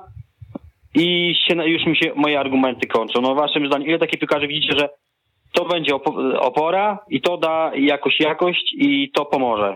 i się, już mi się moje argumenty kończą. No waszym zdaniem, ile takich piłkarzy widzicie, że to będzie opora i to da jakoś jakość i to pomoże?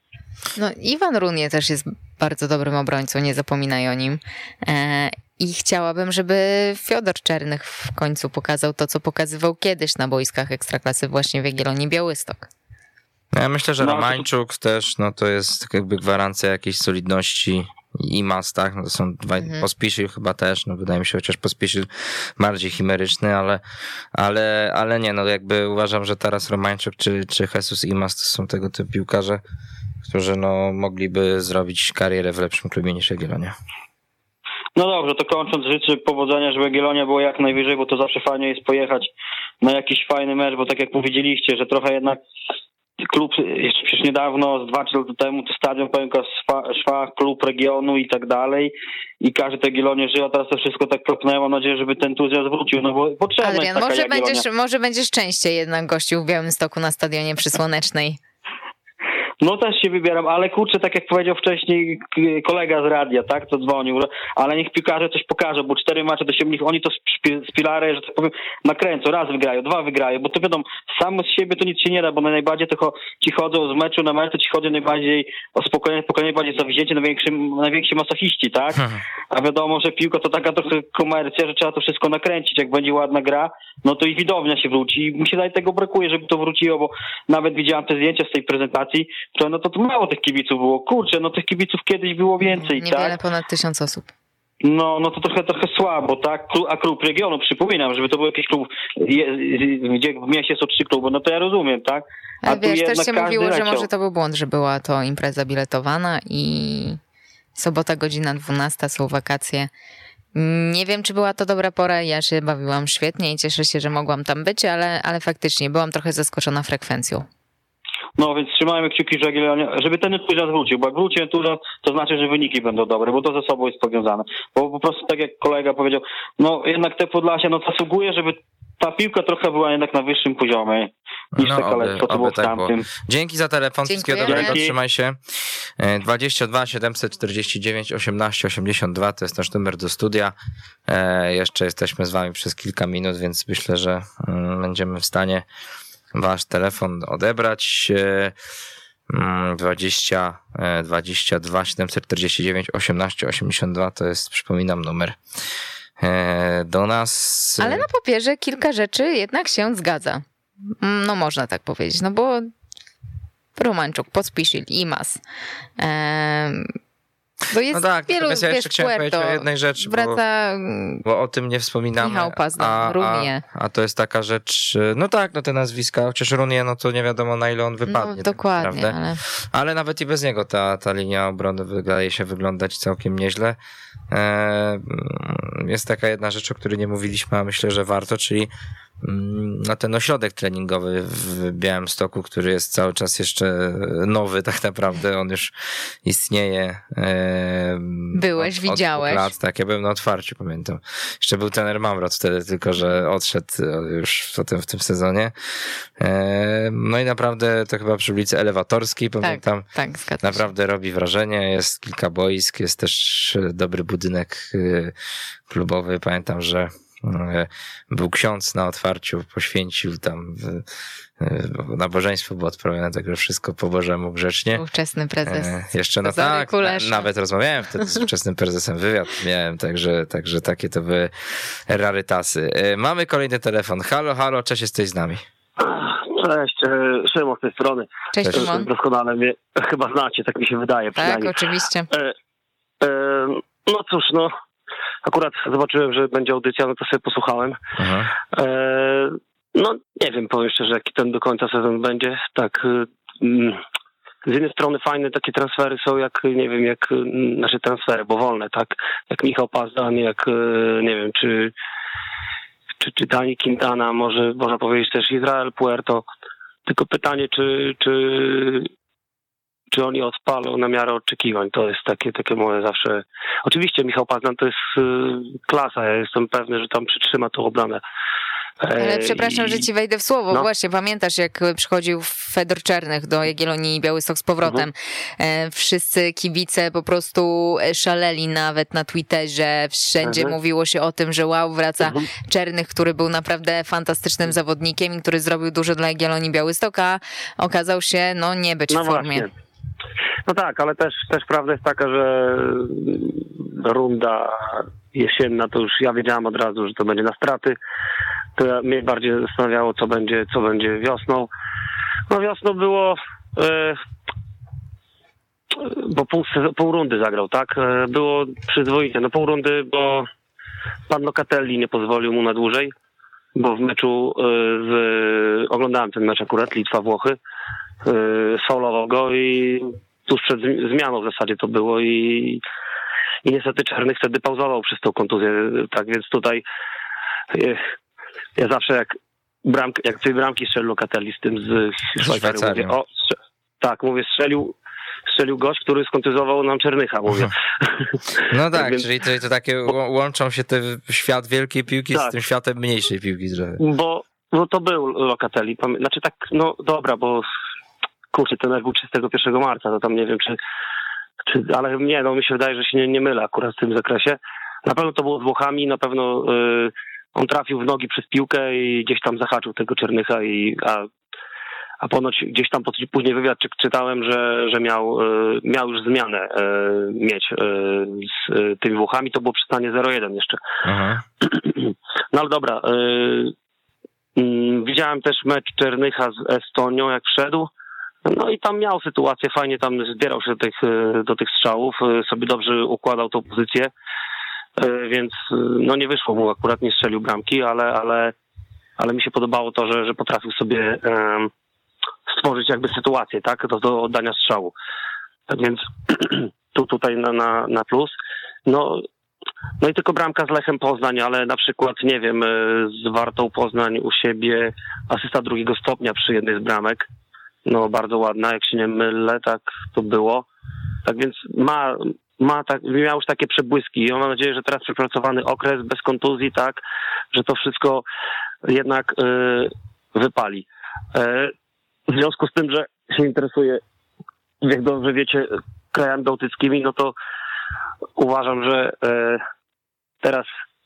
No Iwan Runie też jest bardzo dobrym obrońcą, nie zapominaj o nim. E, I chciałabym, żeby Fiodor Czernych w końcu pokazał to, co pokazywał kiedyś na boiskach Ekstraklasy właśnie w Jagiellonii Białystok. Ja myślę, że no, Romańczuk to... też, no to jest jakby gwarancja jakiejś solidności. Imas, tak, no to są dwa, mhm. Pospisil chyba też, no wydaje mi się, chociaż Pospisil bardziej chimeryczny, ale, ale, ale nie, no jakby uważam, że teraz Romańczuk czy, czy Jesus Imas to są tego typu piłkarze, którzy no mogliby zrobić karierę w lepszym klubie niż Jagiellonia. No dobrze, to kończąc życzę powodzenia, żeby Jagiellonia było jak najwyżej, bo to zawsze fajnie jest pojechać na jakiś fajny mecz, bo tak jak powiedzieliście, że trochę jednak klub jeszcze przecież niedawno, z dwa, trzy lata temu, to stadion pełnił szwach, klub regionu i tak dalej. I każdy tej Jagiellonii żył, a teraz to wszystko tak propnęło. Mam nadzieję, żeby ten entuzjazm wrócił, no bo potrzebna Adrian, jest taka może Jagiellonia. będziesz, może będziesz częściej jednak gościł w Białymstoku na stadionie przy Słonecznej. No też się wybieram, ale kurczę, tak jak powiedział wcześniej kolega z radia, tak, to dzwonił, ale niech piłkarze coś pokażą, bo cztery mecze to się niech oni to z pilary, że tak powiem, nakręcą, raz wygrają, dwa wygrają, bo to wiadomo, samo z siebie to nic się nie da, bo najbardziej tylko ci chodzą z meczu na mecz, to ci chodzą najbardziej o spokojnie, spokojnie bardziej zawzięci, najwięksi, najwięksi masochiści, tak, a wiadomo, że piłka to taka trochę komercja, że trzeba to wszystko nakręcić, jak będzie ładna gra, no to i widownia się wróci i mi się daje tego brakuje, żeby to wróciło, bo nawet widziałem te zdjęcia z tej prezentacji, to no to, to mało tych kibiców było. Kurczę, no tych kibiców kiedyś było więcej, Niewiele tak? ponad tysiąc osób. No, no to trochę, trochę słabo, tak? A klub regionu, przypominam, żeby to był jakiś klub, gdzie w mieście są trzy kluby, no to ja rozumiem, tak? A Ale wiesz, też się mówiło, leciał. że może to był błąd, że była to impreza biletowana i sobota godzina dwunasta, są wakacje. Nie wiem, czy była to dobra pora, ja się bawiłam świetnie i cieszę się, że mogłam tam być, ale, ale faktycznie byłam trochę zaskoczona frekwencją. No więc trzymajmy kciuki, że żeby ten entuzjazm wrócił, bo jak wróci entuzjazm, to znaczy, że wyniki będą dobre, bo to ze sobą jest powiązane. Bo po prostu tak jak kolega powiedział, no jednak te Podlasia no zasługuje, żeby ta piłka trochę była jednak na wyższym poziomie niż no, te kalectwo, co było w tak tamtym. Było. Dzięki za telefon, wszystkiego Dziękujemy. dobrego, trzymaj się. dwadzieścia dwa siedemset czterdzieści dziewięć osiemnaście osiemdziesiąt dwa to jest nasz numer do studia. E, jeszcze jesteśmy z wami przez kilka minut, więc myślę, że mm, będziemy w stanie wasz telefon odebrać. dwadzieścia, dwadzieścia dwa siedemset czterdzieści dziewięć osiemnaście osiemdziesiąt dwa to jest, przypominam, numer do nas. Ale na papierze kilka rzeczy jednak się zgadza. No można tak powiedzieć, no bo Romańczuk, Pospisil, Imas. Ehm, to jest no tak, wielu, natomiast ja wiesz, jeszcze chciałem Puerto, powiedzieć o jednej rzeczy, wraca bo, bo o tym nie wspominamy. Michał Pazdan, a, Runie. A, a to jest taka rzecz, no tak, no te nazwiska, chociaż Runie, no to nie wiadomo na ile on wypadnie. No dokładnie, tak, ale... ale nawet i bez niego ta, ta linia obrony wydaje się wyglądać całkiem nieźle. E, jest taka jedna rzecz, o której nie mówiliśmy, a myślę, że warto, czyli no ten ośrodek treningowy w Białymstoku, który jest cały czas jeszcze nowy tak naprawdę, on już istnieje Byłeś, od, widziałeś. Od lat, tak, ja byłem na otwarciu, pamiętam. Jeszcze był trener Mamrot wtedy, tylko że odszedł już potem w tym sezonie. No i naprawdę to chyba przy ulicy Elewatorskiej, pamiętam. Tak, tak, naprawdę robi wrażenie, jest kilka boisk, jest też dobry budynek klubowy. Pamiętam, że był ksiądz na otwarciu, poświęcił tam nabożeństwo było odprawione, także wszystko po Bożemu grzecznie. Ówczesny prezes. E, jeszcze no tak, na, nawet rozmawiałem wtedy z ówczesnym prezesem, wywiad miałem, także, także takie to były rarytasy. E, mamy kolejny telefon. Halo, halo, cześć, jesteś z nami. Cześć, Szymon z tej strony. Cześć, Szymon. Doskonale mnie chyba znacie, tak mi się wydaje. Tak, oczywiście. E, e, no cóż, no akurat zobaczyłem, że będzie audycja, no to sobie posłuchałem. E, no nie wiem, powiem szczerze, jaki ten do końca sezon będzie. Tak, z jednej strony fajne takie transfery są, jak nie wiem, jak nasze transfery, bo wolne, tak, jak Michał Pazdan, jak nie wiem, czy czy, czy Dani Quintana, może można powiedzieć też Izrael Puerto. Tylko pytanie, czy, czy, czy oni odpalą na miarę oczekiwań. To jest takie, takie moje zawsze... Oczywiście Michał Pazdan to jest klasa, ja jestem pewny, że tam przytrzyma tą obronę. Ale przepraszam, I... że ci wejdę w słowo. No. Właśnie, pamiętasz, jak przychodził Fedor Czernych do Jagiellonii i Białystok z powrotem. Mhm. Wszyscy kibice po prostu szaleli nawet na Twitterze. Wszędzie mhm. mówiło się o tym, że wow, wraca mhm. Czernych, który był naprawdę fantastycznym zawodnikiem i który zrobił dużo dla Jagiellonii Białystoka. Okazał się, no, nie być no w formie. Właśnie. No tak, ale też, też prawda jest taka, że runda jesienna, to już ja wiedziałam od razu, że to będzie na straty. To mnie bardziej zastanawiało, co będzie, co będzie wiosną. No wiosną było, e, bo pół, pół rundy zagrał, tak? E, było przyzwoite. No pół rundy, bo pan Locatelli nie pozwolił mu na dłużej, bo w meczu e, z, oglądałem ten mecz akurat, Litwa-Włochy, e, sfaulował go i tuż przed zmianą w zasadzie to było i, i niestety Czernych wtedy pauzował przez tą kontuzję, tak więc tutaj e, ja zawsze jak bramki, jak tej bramki strzelił Locatelli z tym z Szwajcarią, mówię, o, strze- tak, mówię, strzelił strzelił gość, który skontuzował nam Czernycha, mówię. No tak, więc, czyli to, to takie łączą się te świat wielkiej piłki tak. z tym światem mniejszej piłki. Że... Bo, bo to był Locatelli, znaczy tak, no dobra, bo kurczę, ten mecz był trzydziestego pierwszego marca, to tam nie wiem, czy, czy ale nie, no mi się wydaje, że się nie, nie mylę akurat w tym zakresie. Na pewno to było z Włochami, na pewno yy, on trafił w nogi przez piłkę i gdzieś tam zahaczył tego Czernycha, i, a, a ponoć gdzieś tam później wywiad czy, czytałem, że, że miał, miał już zmianę mieć z tymi Włochami. To było przy stanie zero jeden jeszcze. Aha. No ale dobra. Widziałem też mecz Czernycha z Estonią, jak wszedł. No i tam miał sytuację, fajnie tam zbierał się do tych, do tych strzałów, sobie dobrze układał tą pozycję. Więc no nie wyszło mu, akurat nie strzelił bramki, ale, ale, ale mi się podobało to, że, że potrafił sobie um, stworzyć jakby sytuację, tak, do, do oddania strzału. Tak więc tu tutaj na, na, na plus. No, no i tylko bramka z Lechem Poznań, ale na przykład, nie wiem, z Wartą Poznań u siebie asysta drugiego stopnia przy jednej z bramek. No bardzo ładna, jak się nie mylę, tak to było. Tak więc ma... Ma tak, miał już takie przebłyski i mam nadzieję, że teraz przepracowany okres bez kontuzji, tak, że to wszystko jednak y, wypali. Y, w związku z tym, że się interesuję, jak dobrze wiecie, krajami bałtyckimi, no to uważam, że y, teraz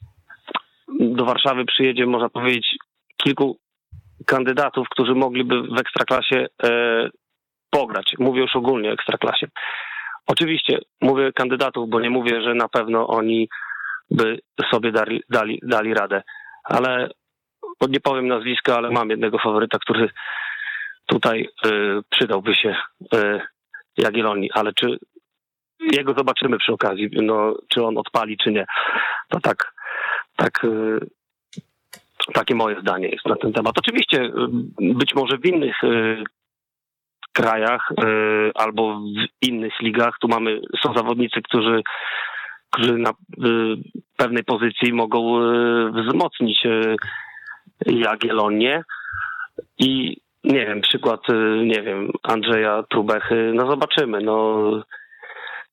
do Warszawy przyjedzie, można powiedzieć, kilku kandydatów, którzy mogliby w Ekstraklasie y, pograć. Mówię już ogólnie o Ekstraklasie. Oczywiście mówię kandydatów, bo nie mówię, że na pewno oni by sobie dali, dali, dali radę, ale nie powiem nazwiska, ale mam jednego faworyta, który tutaj y, przydałby się y, Jagiellonii, ale czy jego zobaczymy przy okazji, no, czy on odpali, czy nie. To tak, tak y, takie moje zdanie jest na ten temat. Oczywiście y, być może w innych y, krajach y, albo w innych ligach. Tu mamy, są zawodnicy, którzy, którzy na y, pewnej pozycji mogą y, wzmocnić y, Jagiellonię i nie wiem, przykład, y, nie wiem, Andrzeja Trubechy, no zobaczymy, no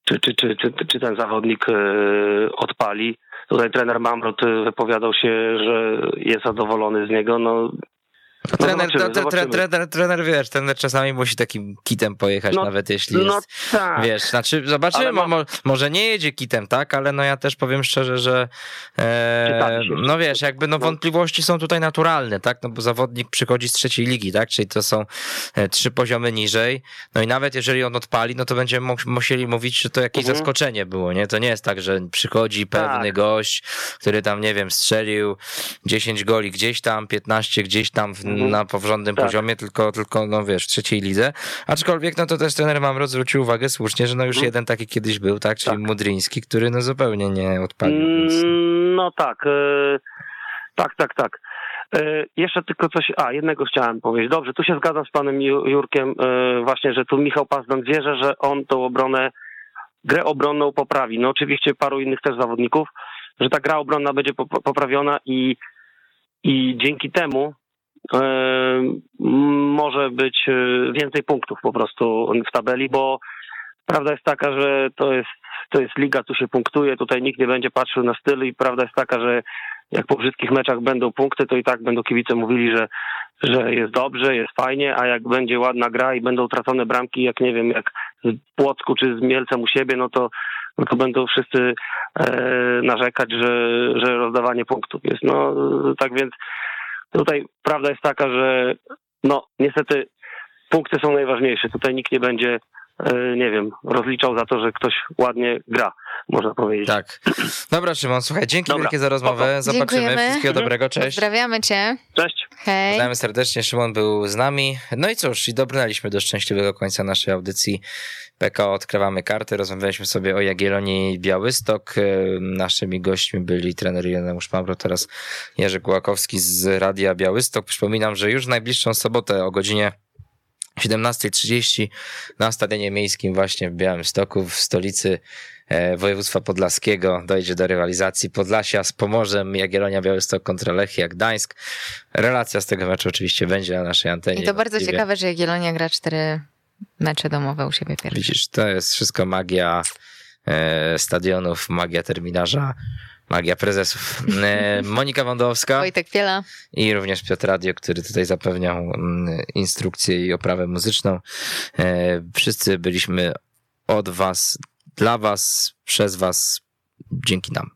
czy, czy, czy, czy, czy ten zawodnik odpali. Tutaj trener Mamrot wypowiadał się, że jest zadowolony z niego. No, No, trener, zobaczymy, to, to, zobaczymy. trener, trener, wiesz, trener czasami musi takim kitem pojechać, No, nawet jeśli jest, no tak. wiesz, znaczy zobaczymy, Ale ma- mo, może nie jedzie kitem, tak, ale no ja też powiem szczerze, że e, Czytali się. no wiesz, jakby no wątpliwości są tutaj naturalne, tak, no bo zawodnik przychodzi z trzeciej ligi, tak, czyli to są e, trzy poziomy niżej, no i nawet jeżeli on odpali, no to będziemy mu- musieli mówić, że to jakieś Mhm. zaskoczenie było, nie, to nie jest tak, że przychodzi pewny Tak. gość, który tam, nie wiem, strzelił dziesięć goli gdzieś tam, piętnaście gdzieś tam w, Mhm. na porządnym Tak. poziomie, tylko, tylko, no wiesz, w trzeciej lidze. Aczkolwiek, no to też trener Mamrot zwrócił uwagę słusznie, że no już Mhm. jeden taki kiedyś był, tak, czyli Tak. Mudryński, który no zupełnie nie odpalił. Więc... Mm, No tak, e, tak, tak, tak. E, Jeszcze tylko coś, a jednego chciałem powiedzieć. Dobrze, tu się zgadzam z panem Ju- Jurkiem, e, właśnie, że tu Michał Pazdan wierzę, że on tą obronę, grę obronną poprawi. No oczywiście paru innych też zawodników, że ta gra obronna będzie pop- poprawiona i, i dzięki temu e, może być e, więcej punktów po prostu w tabeli, bo prawda jest taka, że to jest, to jest liga, tu się punktuje, tutaj nikt nie będzie patrzył na styl i prawda jest taka, że jak po brzydkich meczach będą punkty, to i tak będą kibice mówili, że, że jest dobrze, jest fajnie, a jak będzie ładna gra i będą tracone bramki, jak nie wiem, jak z Płocku czy z Mielcem u siebie, no to, no to będą wszyscy e, narzekać, że, że rozdawanie punktów jest. No tak więc tutaj prawda jest taka, że no niestety punkty są najważniejsze. Tutaj nikt nie będzie, e, nie wiem, rozliczał za to, że ktoś ładnie gra, można powiedzieć. Tak. Dobra, Szymon, słuchaj, dzięki Dobra, wielkie za rozmowę. spoko. Zobaczymy. Dziękujemy. Wszystkiego dobrego, cześć. Pozdrawiamy cię. Cześć. Hej. Pozdrawiamy serdecznie, Szymon był z nami. No i cóż, i dobrnęliśmy do szczęśliwego końca naszej audycji P K O Odkrywamy Karty. Rozmawialiśmy sobie o Jagiellonii Białystok. Naszymi gośćmi byli trener Ireneusz Mamrot oraz Jerzy Kułakowski z Radia Białystok. Przypominam, że już w najbliższą sobotę o godzinie siedemnasta trzydzieści na Stadionie Miejskim właśnie w Białymstoku, w stolicy województwa podlaskiego, dojdzie do rywalizacji Podlasia z Pomorzem, Jagiellonia Białystok kontra Lechia Gdańsk. Relacja z tego meczu oczywiście będzie na naszej antenie. I to bardzo Właściwie. ciekawe, że Jagiellonia gra cztery mecze domowe u siebie pierwsze. Widzisz, to jest wszystko magia e, stadionów, magia terminarza, magia prezesów. E, Monika Wądowska Wojtek Piela. i również Piotr Radio, który tutaj zapewniał mm, instrukcję i oprawę muzyczną. E, wszyscy byliśmy od was, dla was, przez was, dzięki nam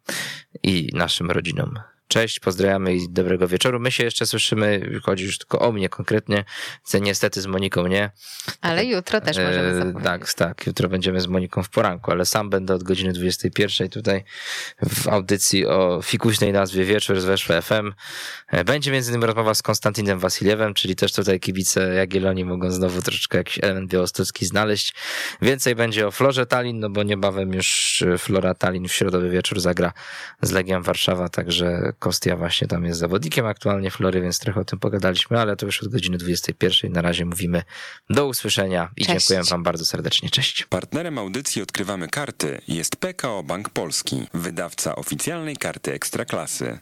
i naszym rodzinom. Cześć, pozdrawiamy i dobrego wieczoru. My się jeszcze słyszymy, chodzi już tylko o mnie konkretnie, niestety z Moniką nie. Ale jutro też możemy E, zapowiedzieć. Tak, tak, jutro będziemy z Moniką w poranku, ale sam będę od godziny dwudziestej pierwszej tutaj w audycji o fikuśnej nazwie Wieczór z Weszło F M. E, Będzie między innymi rozmowa z Konstantinem Wasiliewem, czyli też tutaj kibice Jagiellonii mogą znowu troszeczkę jakiś element białostocki znaleźć. Więcej będzie o Florze Tallin, no bo niebawem już Flora Tallin w środowy wieczór zagra z Legią Warszawa, także Kostia właśnie tam jest zawodnikiem aktualnie Flory, więc trochę o tym pogadaliśmy, ale to już od godziny dwudziestej pierwszej. Na razie mówimy do usłyszenia i Cześć. dziękuję wam bardzo serdecznie. Cześć. Partnerem audycji Odkrywamy Karty jest P K O Bank Polski, wydawca oficjalnej karty Ekstraklasy.